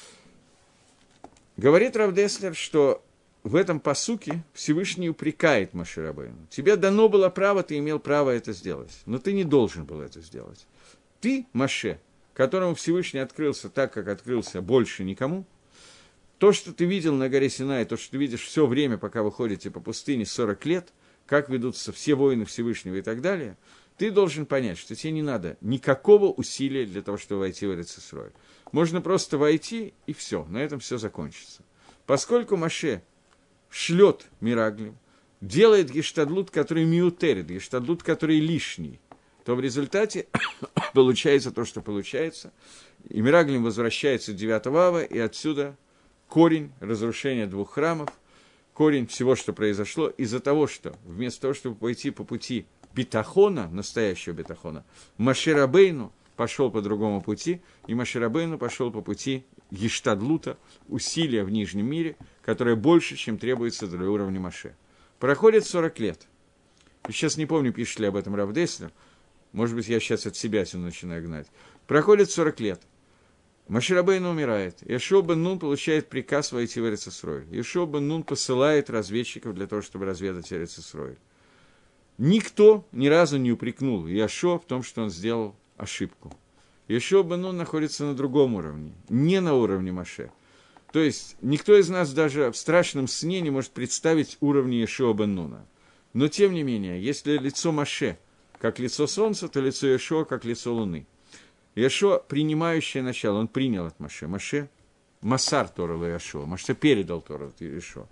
Говорит Рав Деслер, что в этом пасуке Всевышний упрекает Моше Рабейну. Тебе дано было право, ты имел право это сделать, но ты не должен был это сделать. Ты, Моше, которому Всевышний открылся так, как открылся больше никому, то, что ты видел на горе Синай, то, что ты видишь все время, пока вы ходите по пустыне 40 лет, как ведутся все воины Всевышнего и так далее, ты должен понять, что тебе не надо никакого усилия для того, чтобы войти в Эрец Исроэль. Можно просто войти, и все, на этом все закончится. Поскольку Моше шлет мираглим, делает гештадлут, который миутерит, гештадлут, который лишний, то в результате получается то, что получается, и мираглим возвращается в 9 ава, и отсюда корень разрушения 2 храмов, корень всего, что произошло, из-за того, что вместо того, чтобы пойти по пути бетахона, настоящего бетахона, Моше Рабейну пошел по другому пути, и Моше Рабейну пошел по пути гештадлута, усилия в нижнем мире, которое больше, чем требуется для уровня Моше. Проходит 40 лет. Я сейчас не помню, пишет ли об этом Рав Деслер, может быть, я сейчас от себя начинаю гнать. Проходит 40 лет. Моше Рабейну умирает. Йошуа бен Нун получает приказ войти в Эрец Исроэль. Йошуа бен Нун посылает разведчиков для того, чтобы разведать Эрец Исроэль. Никто ни разу не упрекнул Иошуа в том, что он сделал ошибку. Иошуа бен Нун находится на другом уровне, не на уровне Моше. То есть никто из нас даже в страшном сне не может представить уровень Иошуа бен Нуна. Но тем не менее, если лицо Моше как лицо солнца, то лицо Иошуа как лицо луны. Иошуа принимающее начало, он принял от Моше. Моше Масар Тору Иошуа, Моше передал Тору Иошуа.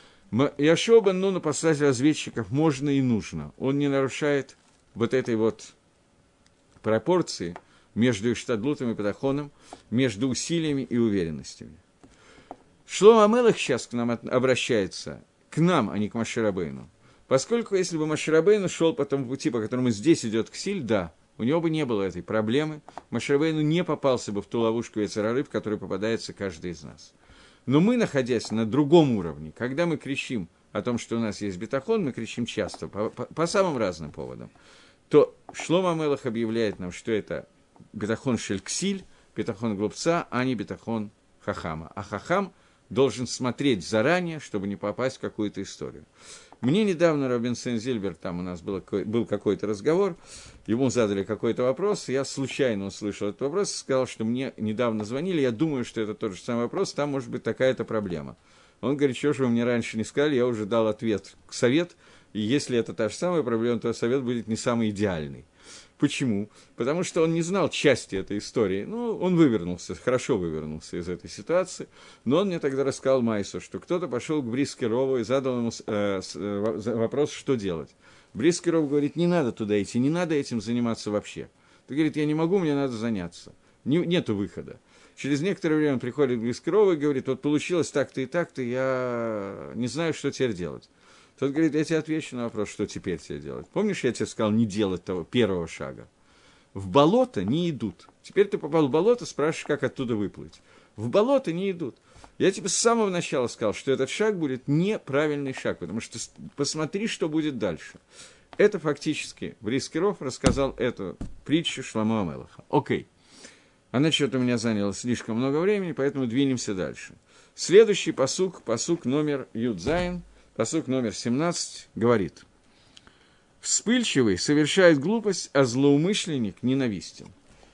Иошуа бен Нуну послать разведчиков можно и нужно. Он не нарушает вот этой вот пропорции между Иштадлутом и Бетахоном, между усилиями и уверенностями. Шломо ха-Мелех сейчас к нам обращается, к нам, а не к Моше Рабейну. Поскольку если бы Моше Рабейну шел по тому пути, по которому здесь идет Ксиль, да, у него бы не было этой проблемы, Моше Рабейну не попался бы в ту ловушку Йецер ха-Ра, в которой попадается каждый из нас. Но мы, находясь на другом уровне, когда мы кричим о том, что у нас есть бетахон, мы кричим часто, по самым разным поводам, то Шломо ха-Мелех объявляет нам, что это бетахон шель Ксиль, бетахон глупца, а не бетахон хахама. А хахам должен смотреть заранее, чтобы не попасть в какую-то историю. Мне недавно Рабин Сен-Зильбер, там у нас был какой-то разговор, ему задали какой-то вопрос, я случайно услышал этот вопрос, сказал, что мне недавно звонили, я думаю, что это тот же самый вопрос, там может быть такая-то проблема. Он говорит, что же вы мне раньше не сказали, я уже дал ответ, совет, и если это та же самая проблема, то совет будет не самый идеальный. Почему? Потому что он не знал части этой истории. Ну, он вывернулся, хорошо вывернулся из этой ситуации. Но он мне тогда рассказал Майсу, что кто-то пошел к Брискерову и задал ему вопрос, что делать. Брискеров говорит, не надо туда идти, не надо этим заниматься вообще. Ты говорит, я не могу, мне надо заняться. Нету выхода. Через некоторое время он приходит к Брискерову и говорит, вот получилось так-то и так-то, я не знаю, что теперь делать. Тот говорит, я тебе отвечу на вопрос, что теперь тебе делать. Помнишь, я тебе сказал не делать того первого шага? В болото не идут. Теперь ты попал в болото, спрашиваешь, как оттуда выплыть. В болото не идут. Я тебе с самого начала сказал, что этот шаг будет неправильный шаг, потому что посмотри, что будет дальше. Это фактически Брискеров рассказал эту притчу Шломо ха-Мелеха. Окей. Она что-то у меня заняло слишком много времени, поэтому двинемся дальше. Следующий пасук номер Юдзайн, пасук номер 17, говорит: «Вспыльчивый совершает глупость, а злоумышленник ненавистен».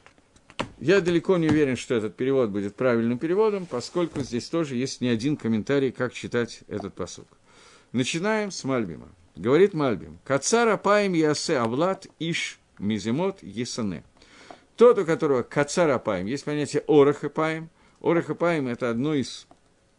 Я далеко не уверен, что этот перевод будет правильным переводом, поскольку здесь тоже есть не один комментарий, как читать этот пасук. Начинаем с Мальбима. Говорит Мальбим: «Кацар апаим ясе авлад иш мизимот есане». Тот, у которого кацар апаим, есть понятие орах апаим. Орах апаим – это одно из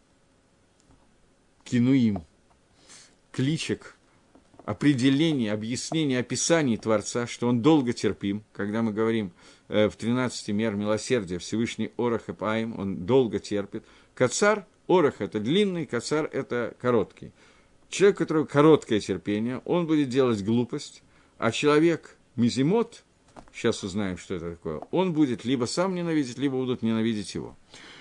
кинуим, кличек, определений, объяснений, описаний Творца, что он долго терпим. Когда мы говорим в 13 мер милосердия, Всевышний орах апаим, он долго терпит. Кацар, орах – это длинный, кацар – это короткий. Человек, у которого короткое терпение, он будет делать глупость, а человек мизимот, сейчас узнаем, что это такое, он будет либо сам ненавидеть, либо будут ненавидеть его.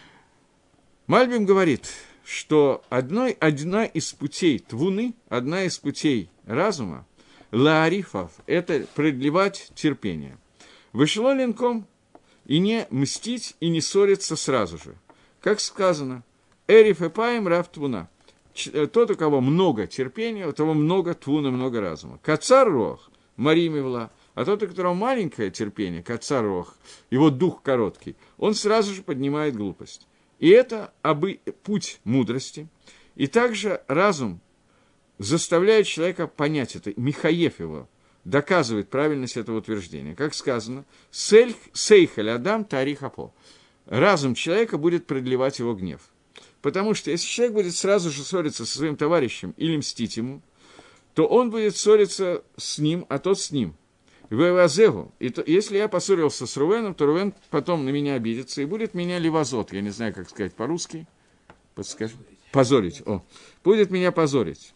Мальбим говорит, что одна из путей твуны, одна из путей разума, лаарифов, это продлевать терпение. Вышло ленком и не мстить, и не ссориться сразу же. Как сказано, эриф эпаем рав твуна. Тот, у кого много терпения, у того много твуна, много разума. Кацар рох, марим ивла. А тот, у которого маленькое терпение, кацар рох, его дух короткий, он сразу же поднимает глупость. И это путь мудрости. И также разум заставляет человека понять это, михаев его, доказывает правильность этого утверждения. Как сказано, сейхаль адам тарихапо. Разум человека будет продлевать его гнев. Потому что если человек будет сразу же ссориться со своим товарищем или мстить ему, то он будет ссориться с ним, а тот с ним. И если я поссорился с Рувеном, то Рувен потом на меня обидится и будет меня левазот, я не знаю, как сказать по-русски, подскажи. Позорить. Будет меня позорить.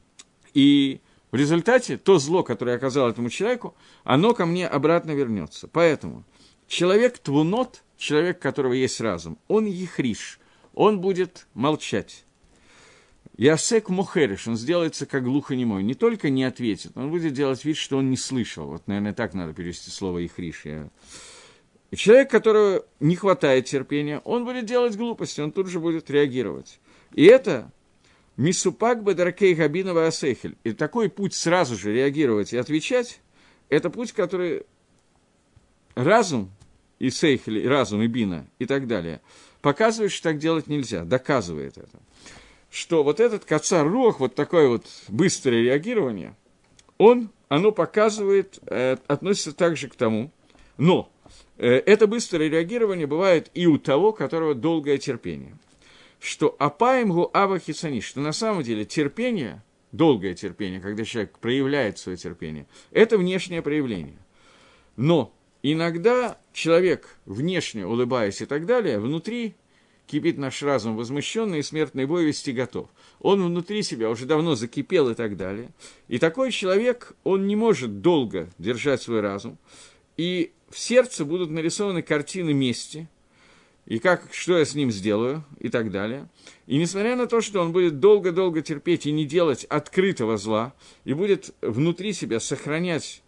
И в результате то зло, которое я оказал этому человеку, оно ко мне обратно вернется. Поэтому человек твунот, человек, у которого есть разум, он ехриш, он будет молчать. Ясек мухериш, он сделается как глухонемой, не только не ответит, он будет делать вид, что он не слышал. Вот, наверное, так надо перевести слово «ихриш». Человек, которого не хватает терпения, он будет делать глупости, он тут же будет реагировать. И это Мисупак бадаркей габинова асехель. И такой путь сразу же реагировать и отвечать, это путь, который разум и сейхель, и разум, и бина, и так далее, показывает, что так делать нельзя, доказывает это. Что вот этот кацар руах, вот такое вот быстрое реагирование, оно показывает, относится также к тому, но это быстрое реагирование бывает и у того, которого долгое терпение. Что апаимгу ава хисани, что на самом деле терпение, долгое терпение, когда человек проявляет свое терпение, это внешнее проявление. Но иногда человек, внешне улыбаясь и так далее, внутри кипит наш разум возмущенный, и смертный бой вести готов. Он внутри себя уже давно закипел и так далее. И такой человек, он не может долго держать свой разум. И в сердце будут нарисованы картины мести, и что я с ним сделаю, и так далее. И несмотря на то, что он будет долго-долго терпеть и не делать открытого зла, и будет внутри себя сохранять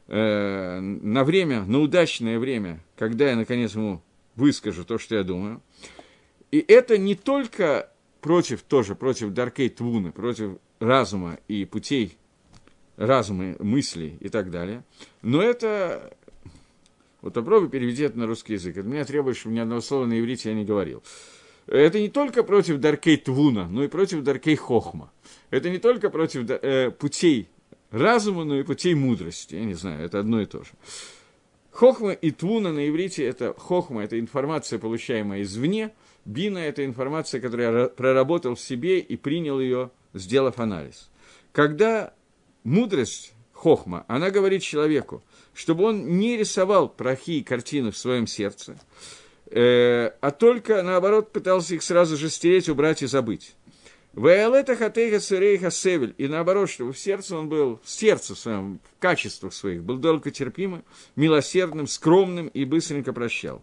на время, на удачное время, когда я, наконец, ему выскажу то, что я думаю. И это не только против Даркей Твуны, против разума и путей разума, мыслей и так далее, но это... Вот попробуй переведи это на русский язык. От меня требует, чтобы ни одного слова на иврите я не говорил. Это не только против Даркей Твуна, но и против Даркей Хохма. Это не только против путей разума, но и путей мудрости. Я не знаю, это одно и то же. Хохма и Твуна на иврите, Хохма – это информация, получаемая извне, Бина – это информация, которую я проработал в себе и принял ее, сделав анализ. Когда мудрость, Хохма, она говорит человеку, чтобы он не рисовал плохие картины в своем сердце, а только, наоборот, пытался их сразу же стереть, убрать и забыть. И наоборот, чтобы в сердце он был, в сердце своем, в качествах своих, был долготерпимым, милосердным, скромным и быстренько прощал.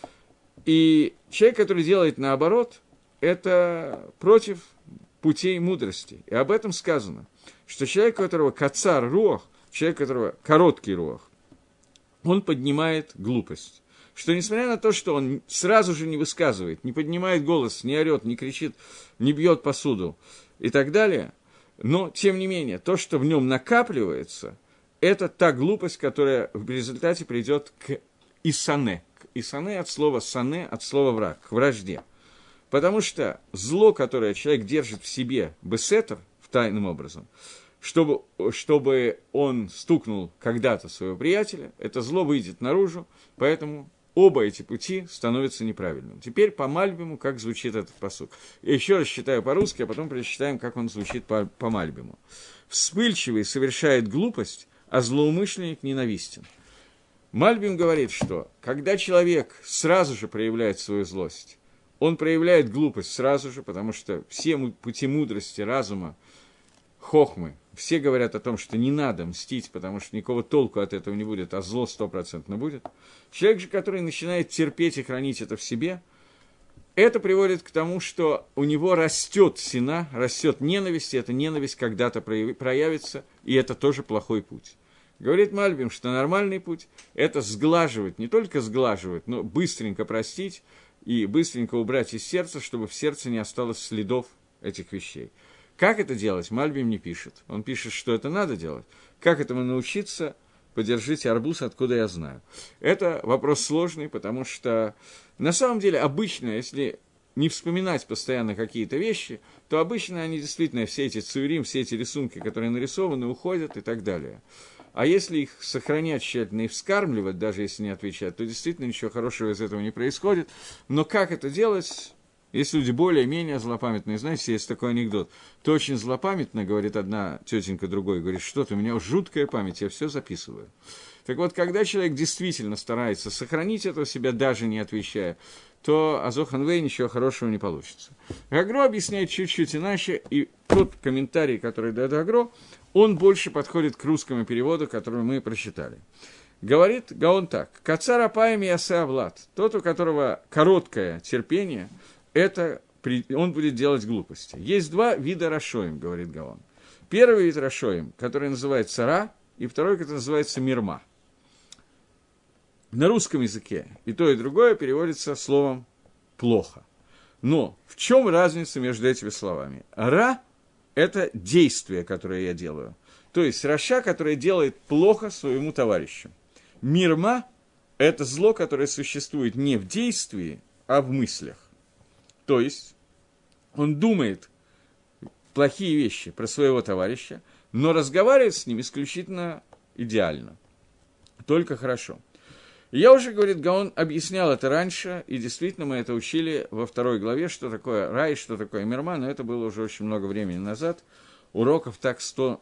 И человек, который делает наоборот, это против путей мудрости. И об этом сказано, что человек, у которого кацар руах, человек, у которого короткий руах, он поднимает глупость. Что несмотря на то, что он сразу же не высказывает, не поднимает голос, не орет, не кричит, не бьет посуду и так далее, но, тем не менее, то, что в нем накапливается, это та глупость, которая в результате придет к исане. К исане от слова сане, от слова враг, к вражде. Потому что зло, которое человек держит в себе, бесетер, тайным образом, чтобы он стукнул когда-то своего приятеля, это зло выйдет наружу, поэтому оба эти пути становятся неправильными. Теперь по Мальбиму, как звучит этот пасук. Я еще раз читаю по-русски, а потом перечитаем, как он звучит по Мальбиму. «Вспыльчивый совершает глупость, а злоумышленник ненавистен». Мальбим говорит, что когда человек сразу же проявляет свою злость, он проявляет глупость сразу же, потому что все пути мудрости, разума, хохмы, все говорят о том, что не надо мстить, потому что никакого толку от этого не будет, а зло 100% будет. Человек же, который начинает терпеть и хранить это в себе, это приводит к тому, что у него растет сина, растет ненависть, и эта ненависть когда-то проявится, и это тоже плохой путь. Говорит Мальбим, что нормальный путь – это сглаживать, не только сглаживать, но быстренько простить и быстренько убрать из сердца, чтобы в сердце не осталось следов этих вещей. Как это делать, Мальбим не пишет. Он пишет, что это надо делать. Как этому научиться? Подержите арбуз, откуда я знаю. Это вопрос сложный, потому что на самом деле обычно, если не вспоминать постоянно какие-то вещи, то обычно они действительно, все эти цуирим, все эти рисунки, которые нарисованы, уходят и так далее. А если их сохранять тщательно и вскармливать, даже если не отвечать, то действительно ничего хорошего из этого не происходит. Но как это делать? Есть люди более-менее злопамятные. Знаете, есть такой анекдот. Ты очень злопамятно, говорит одна тетенька другой, говорит, что-то у меня жуткая память, я все записываю. Так вот, когда человек действительно старается сохранить это у себя, даже не отвечая, то Азоханвей ничего хорошего не получится. Агро объясняет чуть-чуть иначе, и тот комментарий, который дает Агро, он больше подходит к русскому переводу, который мы прочитали. Говорит Гаон так. «Кацар апаем ясе авлад». Тот, у которого короткое терпение, это он будет делать глупости. Есть два вида рашоим, говорит Гаон. Первый вид рашоим, который называется ра, и второй, который называется мирма. На русском языке и то, и другое переводится словом «плохо». Но в чем разница между этими словами? Ра это действие, которое я делаю. То есть раша, которое делает плохо своему товарищу. Мирма – это зло, которое существует не в действии, а в мыслях. То есть он думает плохие вещи про своего товарища, но разговаривает с ним исключительно идеально, только хорошо. Я уже, говорит, Гаон объяснял это раньше, и действительно мы это учили во 2 главе, что такое рай, что такое мирма, но это было уже очень много времени назад, уроков так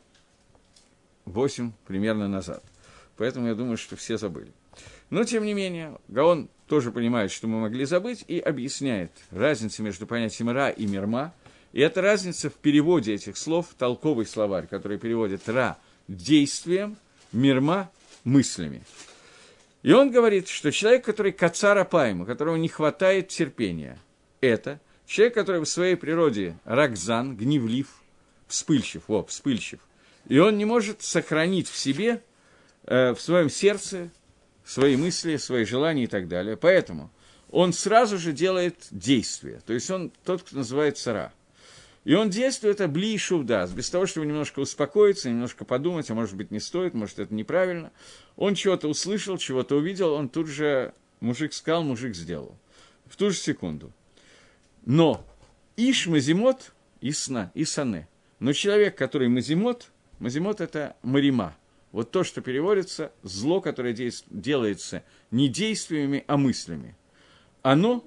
108 примерно назад. Поэтому я думаю, что все забыли. Но, тем не менее, Гаон тоже понимает, что мы могли забыть, и объясняет разницу между понятием ра и мирма. И эта разница в переводе этих слов, толковый словарь, который переводит ра действием, мирма мыслями. И он говорит, что человек, который кацара пайма, которого не хватает терпения, это человек, который в своей природе ракзан, гневлив, вспыльчив, и он не может сохранить в себе, в своем сердце, свои мысли, свои желания и так далее. Поэтому он сразу же делает действие, то есть он тот, кто называется ра. И он действует бли и шувдас, без того, чтобы немножко успокоиться, немножко подумать, а может быть не стоит, может это неправильно. Он чего-то услышал, чего-то увидел, он тут же, мужик сказал, мужик сделал. В ту же секунду. Но иш мазимот и сане. Но человек, который мазимот это марима. Вот то, что переводится, зло, которое делается не действиями, а мыслями. Оно...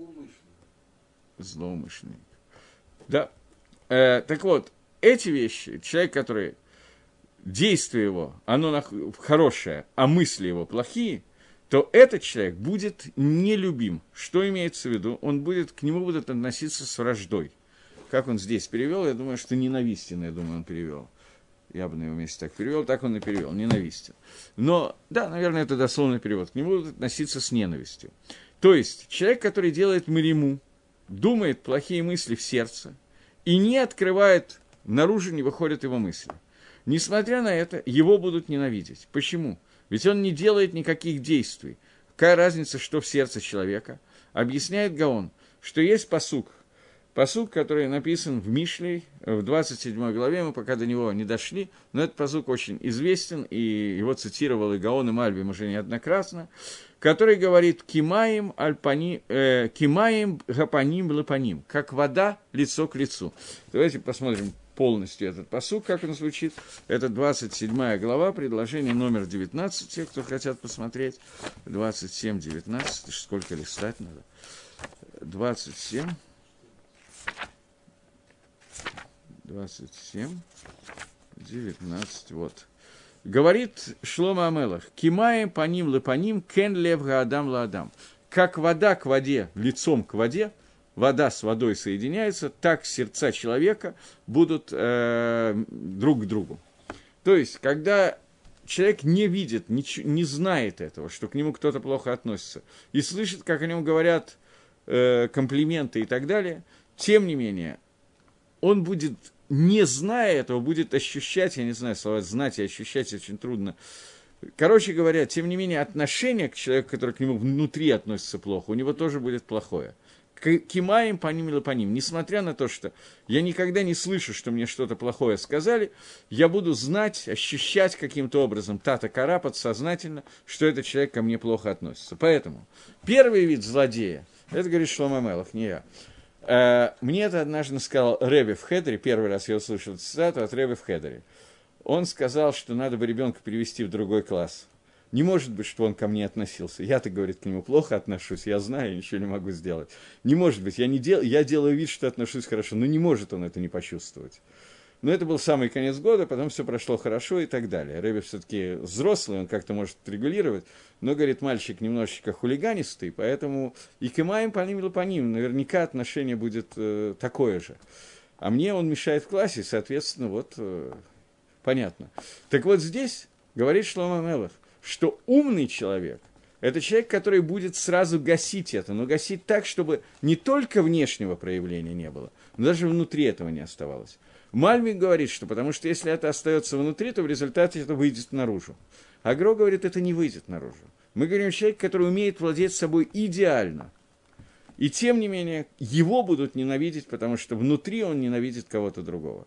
Злоумышленник. Да. Так вот, эти вещи, человек, который, действие его, оно хорошее, а мысли его плохие, то этот человек будет нелюбим. Что имеется в виду? К нему будут относиться с враждой. Как он здесь перевел, я думаю, что ненавистен, он перевел. Я бы на его месте так перевел, так он и перевел, ненавистен. Но, да, наверное, это дословный перевод. К нему будут относиться с ненавистью. То есть, человек, который делает мариму, думает плохие мысли в сердце, и не открывает, наружу не выходят его мысли. Несмотря на это, его будут ненавидеть. Почему? Ведь он не делает никаких действий. Какая разница, что в сердце человека? Объясняет Гаон, что есть пасук, который написан в Мишле, в 27 главе, мы пока до него не дошли, но этот пасук очень известен, и его цитировал и Гаон, и Мальбим уже неоднократно, который говорит «кимаем гапаним лапаним», как вода лицо к лицу. Давайте посмотрим полностью этот пасук, как он звучит. Это 27 глава, предложение номер 19, те, кто хотят посмотреть. 27, 19, сколько листать надо? 27, 19, вот. Говорит Шломо Амелах, «Кимаем паним лапаним, кен лев гаадам лаадам». Как вода к воде, лицом к воде, вода с водой соединяется, так сердца человека будут друг к другу. То есть, когда человек не видит, не знает этого, что к нему кто-то плохо относится, и слышит, как о нем говорят комплименты и так далее, тем не менее, он будет, не зная этого, будет ощущать, я не знаю, слова «знать» и «ощущать» очень трудно. Короче говоря, тем не менее, отношение к человеку, который к нему внутри относится плохо, у него тоже будет плохое. Кимаем по ним или по ним. Несмотря на то, что я никогда не слышу, что мне что-то плохое сказали, я буду знать, ощущать каким-то образом, тата-кара, подсознательно, что этот человек ко мне плохо относится. Поэтому первый вид злодея, это говорит Шломо Амелах, не я. Мне это однажды сказал Ребе в Хедере, первый раз я услышал цитату от Ребе в Хедере. Он сказал, что надо бы ребенка перевести в другой класс. Не может быть, что он ко мне относился. Я-то, говорит, к нему плохо отношусь, я знаю, ничего не могу сделать. Не может быть, я делаю вид, что отношусь хорошо, но не может он это не почувствовать. Но это был самый конец года, потом все прошло хорошо и так далее. Ребе все-таки взрослый, он как-то может регулировать, но, говорит, мальчик немножечко хулиганистый, поэтому и кимаем по ним или по ним, наверняка отношение будет такое же. А мне он мешает в классе, соответственно, вот понятно. Так вот здесь говорит Шломо Амелах, что умный человек – это человек, который будет сразу гасить это, но гасить так, чтобы не только внешнего проявления не было, но даже внутри этого не оставалось. Мальбим говорит, что потому что если это остается внутри, то в результате это выйдет наружу. Агро говорит, это не выйдет наружу. Мы говорим о человеке, который умеет владеть собой идеально. И тем не менее, его будут ненавидеть, потому что внутри он ненавидит кого-то другого.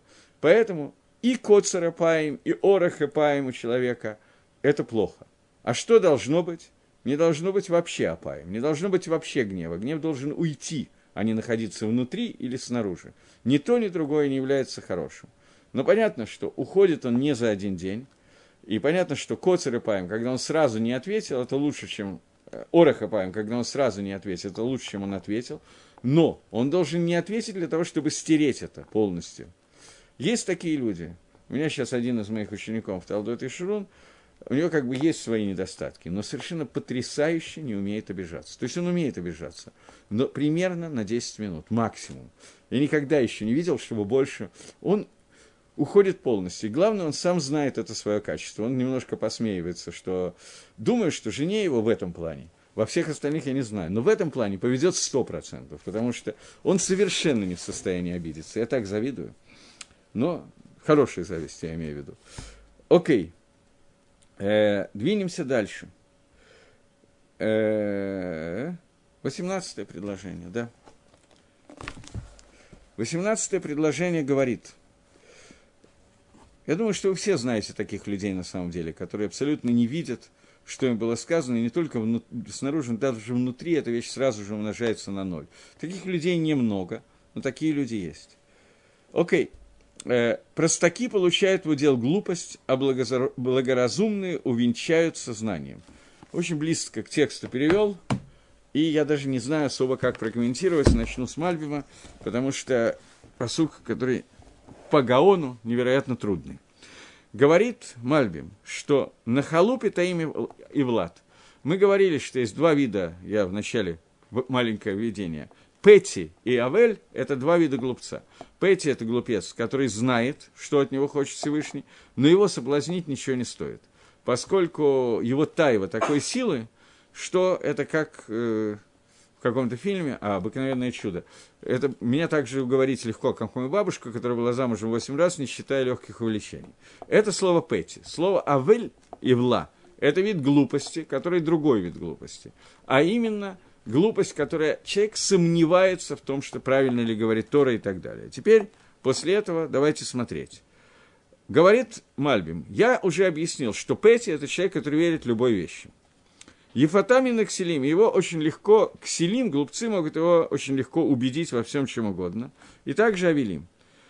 Поэтому и коцер апаим, и орах апаим у человека – это плохо. А что должно быть? Не должно быть вообще апаим, не должно быть вообще гнева. Гнев должен уйти, а не находиться внутри или снаружи. Ни то, ни другое не является хорошим. Но понятно, что уходит он не за один день. И понятно, что коцер апаим, когда он сразу не ответил, это лучше, чем орах апаим, когда он сразу не ответил, это лучше, чем он ответил. Но он должен не ответить для того, чтобы стереть это полностью. Есть такие люди. У меня сейчас один из моих учеников, Талдот Ишурун, у него как бы есть свои недостатки, но совершенно потрясающе не умеет обижаться. То есть он умеет обижаться, но примерно на 10 минут максимум. Я никогда еще не видел, чтобы больше... Он уходит полностью. И главное, он сам знает это свое качество. Он немножко посмеивается, что... Думаю, что жене его в этом плане. Во всех остальных я не знаю. Но в этом плане повезет 100%, потому что он совершенно не в состоянии обидеться. Я так завидую. Но хорошая зависть, я имею в виду. Окей. Двинемся дальше. 18 предложение, да. 18 предложение говорит. Я думаю, что вы все знаете таких людей на самом деле, которые абсолютно не видят, что им было сказано, и не только снаружи, но даже внутри эта вещь сразу же умножается на 0. Таких людей немного, но такие люди есть. Окей. Простаки получают в удел глупость, а благоразумные увенчаются знанием. Очень близко к тексту перевел, и я даже не знаю особо, как прокомментировать, начну с Мальбима, потому что пасук, который по Гаону невероятно трудный. Говорит Мальбим, что на халупе таим и влад. Мы говорили, что есть два вида, я в начале маленькое введение, Петти и Авель – это два вида глупца. Петти – это глупец, который знает, что от него хочет Всевышний, но его соблазнить ничего не стоит, поскольку его тайва такой силы, что это как в каком-то фильме «Обыкновенное чудо». Это меня также уговорить легко, как мою бабушку, которая была замужем 8 раз, не считая легких увлечений. Это слово «петти». Слово «авель» и «вла» – это вид глупости, который другой вид глупости, а именно – глупость, которая человек сомневается в том, что правильно ли говорит Тора и так далее. Теперь, после этого, давайте смотреть. Говорит Мальбим, я уже объяснил, что Петти – это человек, который верит любой вещи. Ефатамин и Кселим, его очень легко, Кселим, глупцы могут его очень легко убедить во всем, чем угодно. И также Авелим.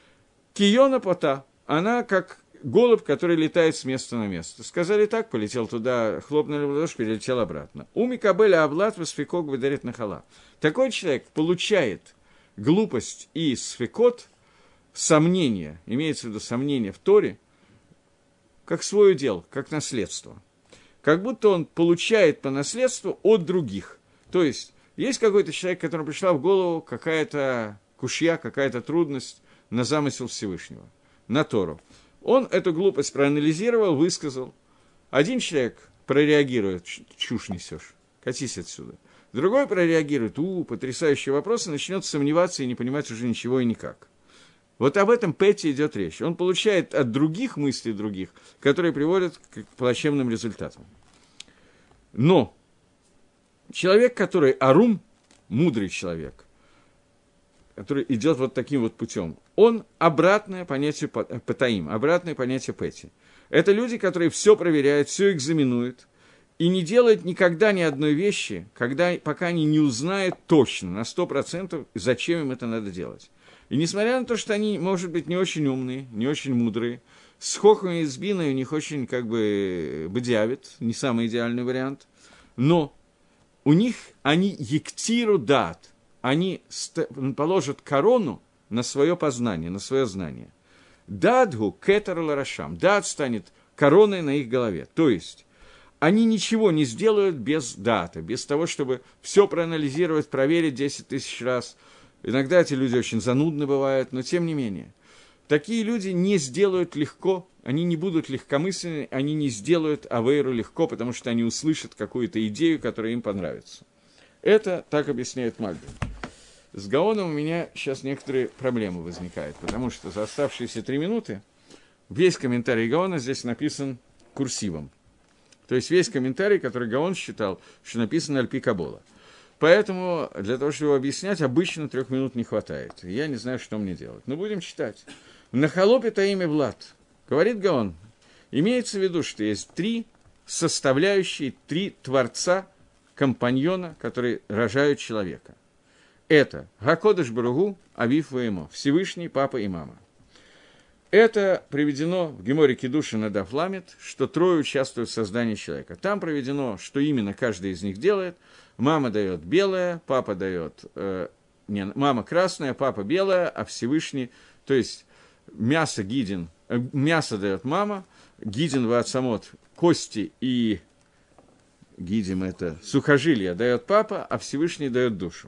Киона Пота, она как голубь, который летает с места на место. Сказали так, полетел туда, хлопнули в ладоши, перелетел обратно. Уми кабеля аблат васфикок выдарит нахала. Такой человек получает глупость и сфикот, сомнения, имеется в виду сомнения в Торе, как свой удел, как наследство. Как будто он получает по наследству от других. То есть, есть какой-то человек, которому пришла в голову какая-то кушья, какая-то трудность на замысел Всевышнего, на Тору. Он эту глупость проанализировал, высказал. Один человек прореагирует, чушь несешь, катись отсюда. Другой прореагирует, потрясающий вопрос, и начнет сомневаться и не понимать уже ничего и никак. Вот об этом Петти идет речь. Он получает от других мыслей других, которые приводят к плачевным результатам. Но человек, который арум, мудрый человек, который идет вот таким вот путем, он обратное понятие патаим, обратное понятие Петти. Это люди, которые все проверяют, все экзаменуют, и не делают никогда ни одной вещи, пока они не узнают точно, на 100%, зачем им это надо делать. И несмотря на то, что они, может быть, не очень умные, не очень мудрые, с хохами и сбиной у них очень, бдявит, не самый идеальный вариант, но у них они ектиру дат, они положат корону на свое познание, на свое знание. Дадгу кетер ларашам, дат станет короной на их голове. То есть, они ничего не сделают без дата, без того, чтобы все проанализировать, проверить 10 тысяч раз. Иногда эти люди очень занудны бывают, но тем не менее. Такие люди не сделают легко, они не будут легкомысленны, они не сделают авейру легко, потому что они услышат какую-то идею, которая им понравится. Это так объясняет Мальбим. С Гаоном у меня сейчас некоторые проблемы возникают, потому что за оставшиеся 3 минуты весь комментарий Гаона здесь написан курсивом. То есть весь комментарий, который Гаон считал, что написан Аль-Пи Кабола. Поэтому для того, чтобы его объяснять, обычно 3 минут не хватает. Я не знаю, что мне делать. Но будем читать. Нахалоп это имя Влад. Говорит Гаон, имеется в виду, что есть три составляющие, три творца, компаньона, которые рожают человека. Это Гакодыш Баругу, Авив Ваимо, Всевышний, Папа и Мама. Это приведено в Геморе Кидуши на Даф Ламет, что трое участвуют в создании человека. Там приведено, что именно каждый из них делает. Мама дает белое, папа дает... мама красная, папа белая, а Всевышний... То есть мясо гидин, мясо дает мама, гидин ваацамот, кости и гидим это сухожилия дает папа, а Всевышний дает душу.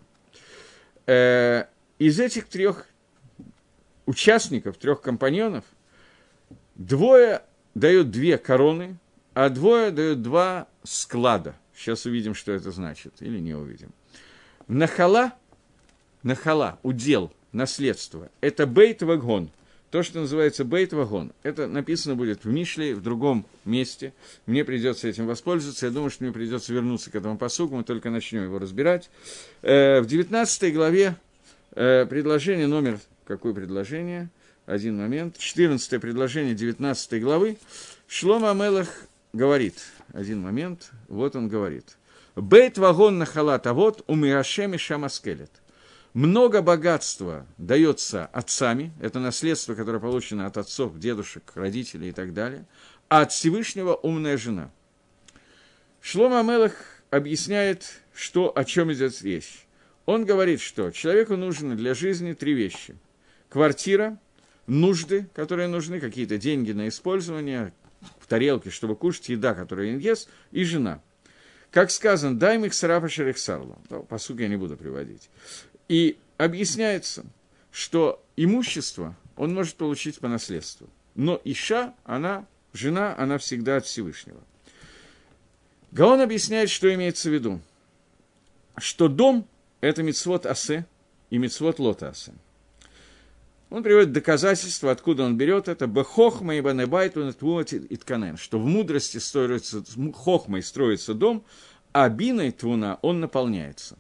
Из этих трех участников, трех компаньонов, двое дают две короны, а двое дают два склада. Сейчас увидим, что это значит, или не увидим. Нахала, удел, наследство, это бейт вагон, то, что называется бейт вагон. Это написано будет в Мишле, в другом месте. Мне придется этим воспользоваться. Я думаю, что мне придется вернуться к этому пасуку, мы только начнем его разбирать. В 19 главе предложение номер... Какое предложение? Один момент. 14 предложение 19 главы. Шломо Амелех говорит. Один момент. Вот он говорит. Бейт вагон нахалат, а вот у Мирашеми шамаскелет. Много богатства дается отцами. Это наследство, которое получено от отцов, дедушек, родителей и так далее. А от Всевышнего умная жена. Шломо Амелех объясняет, о чем идет речь. Он говорит, что человеку нужно для жизни три вещи. Квартира, нужды, которые нужны, какие-то деньги на использование, в тарелке, чтобы кушать, еда, которую он ест, и жена. Как сказано, дай их сарафа шерехсарло. Пасук я не буду приводить. И объясняется, что имущество он может получить по наследству. Но Иша, жена, она всегда от Всевышнего. Гаон объясняет, что имеется в виду. Что дом – это мицвот асе и мицвот лот асе. Он приводит доказательства, откуда он берет это. Бехохма и банебайту и тканен. Что в мудрости хохмой строится дом, а биной твуна он наполняется.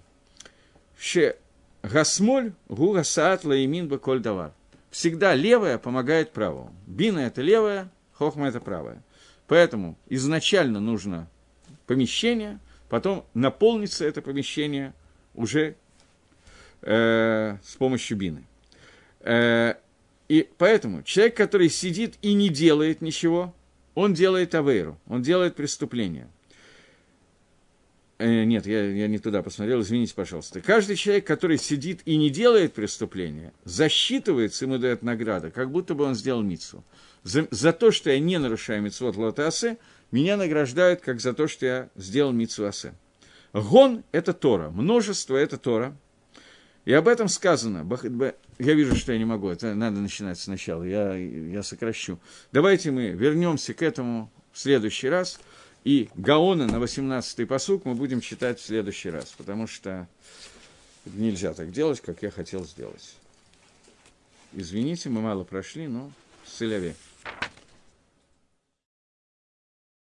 Гасмоль гу гасаат лаимин беколь давар. Всегда левая помогает правому. Бина – это левая, хохма – это правая. Поэтому изначально нужно помещение, потом наполнится это помещение уже с помощью бины. И поэтому человек, который сидит и не делает ничего, он делает авейру, он делает преступление. Нет, я не туда посмотрел, извините, пожалуйста. Каждый человек, который сидит и не делает преступления, засчитывается, ему дает награда, как будто бы он сделал мицву. За то, что я не нарушаю мицвот лот асе, меня награждают, как за то, что я сделал мицву асе. Гон – это Тора, множество – это Тора. И об этом сказано. Я вижу, что я не могу, это надо начинать сначала, я сокращу. Давайте мы вернемся к этому в следующий раз. И Гаона на 18-й пасук мы будем читать в следующий раз, потому что нельзя так делать, как я хотел сделать. Извините, мы мало прошли, но с Иляве.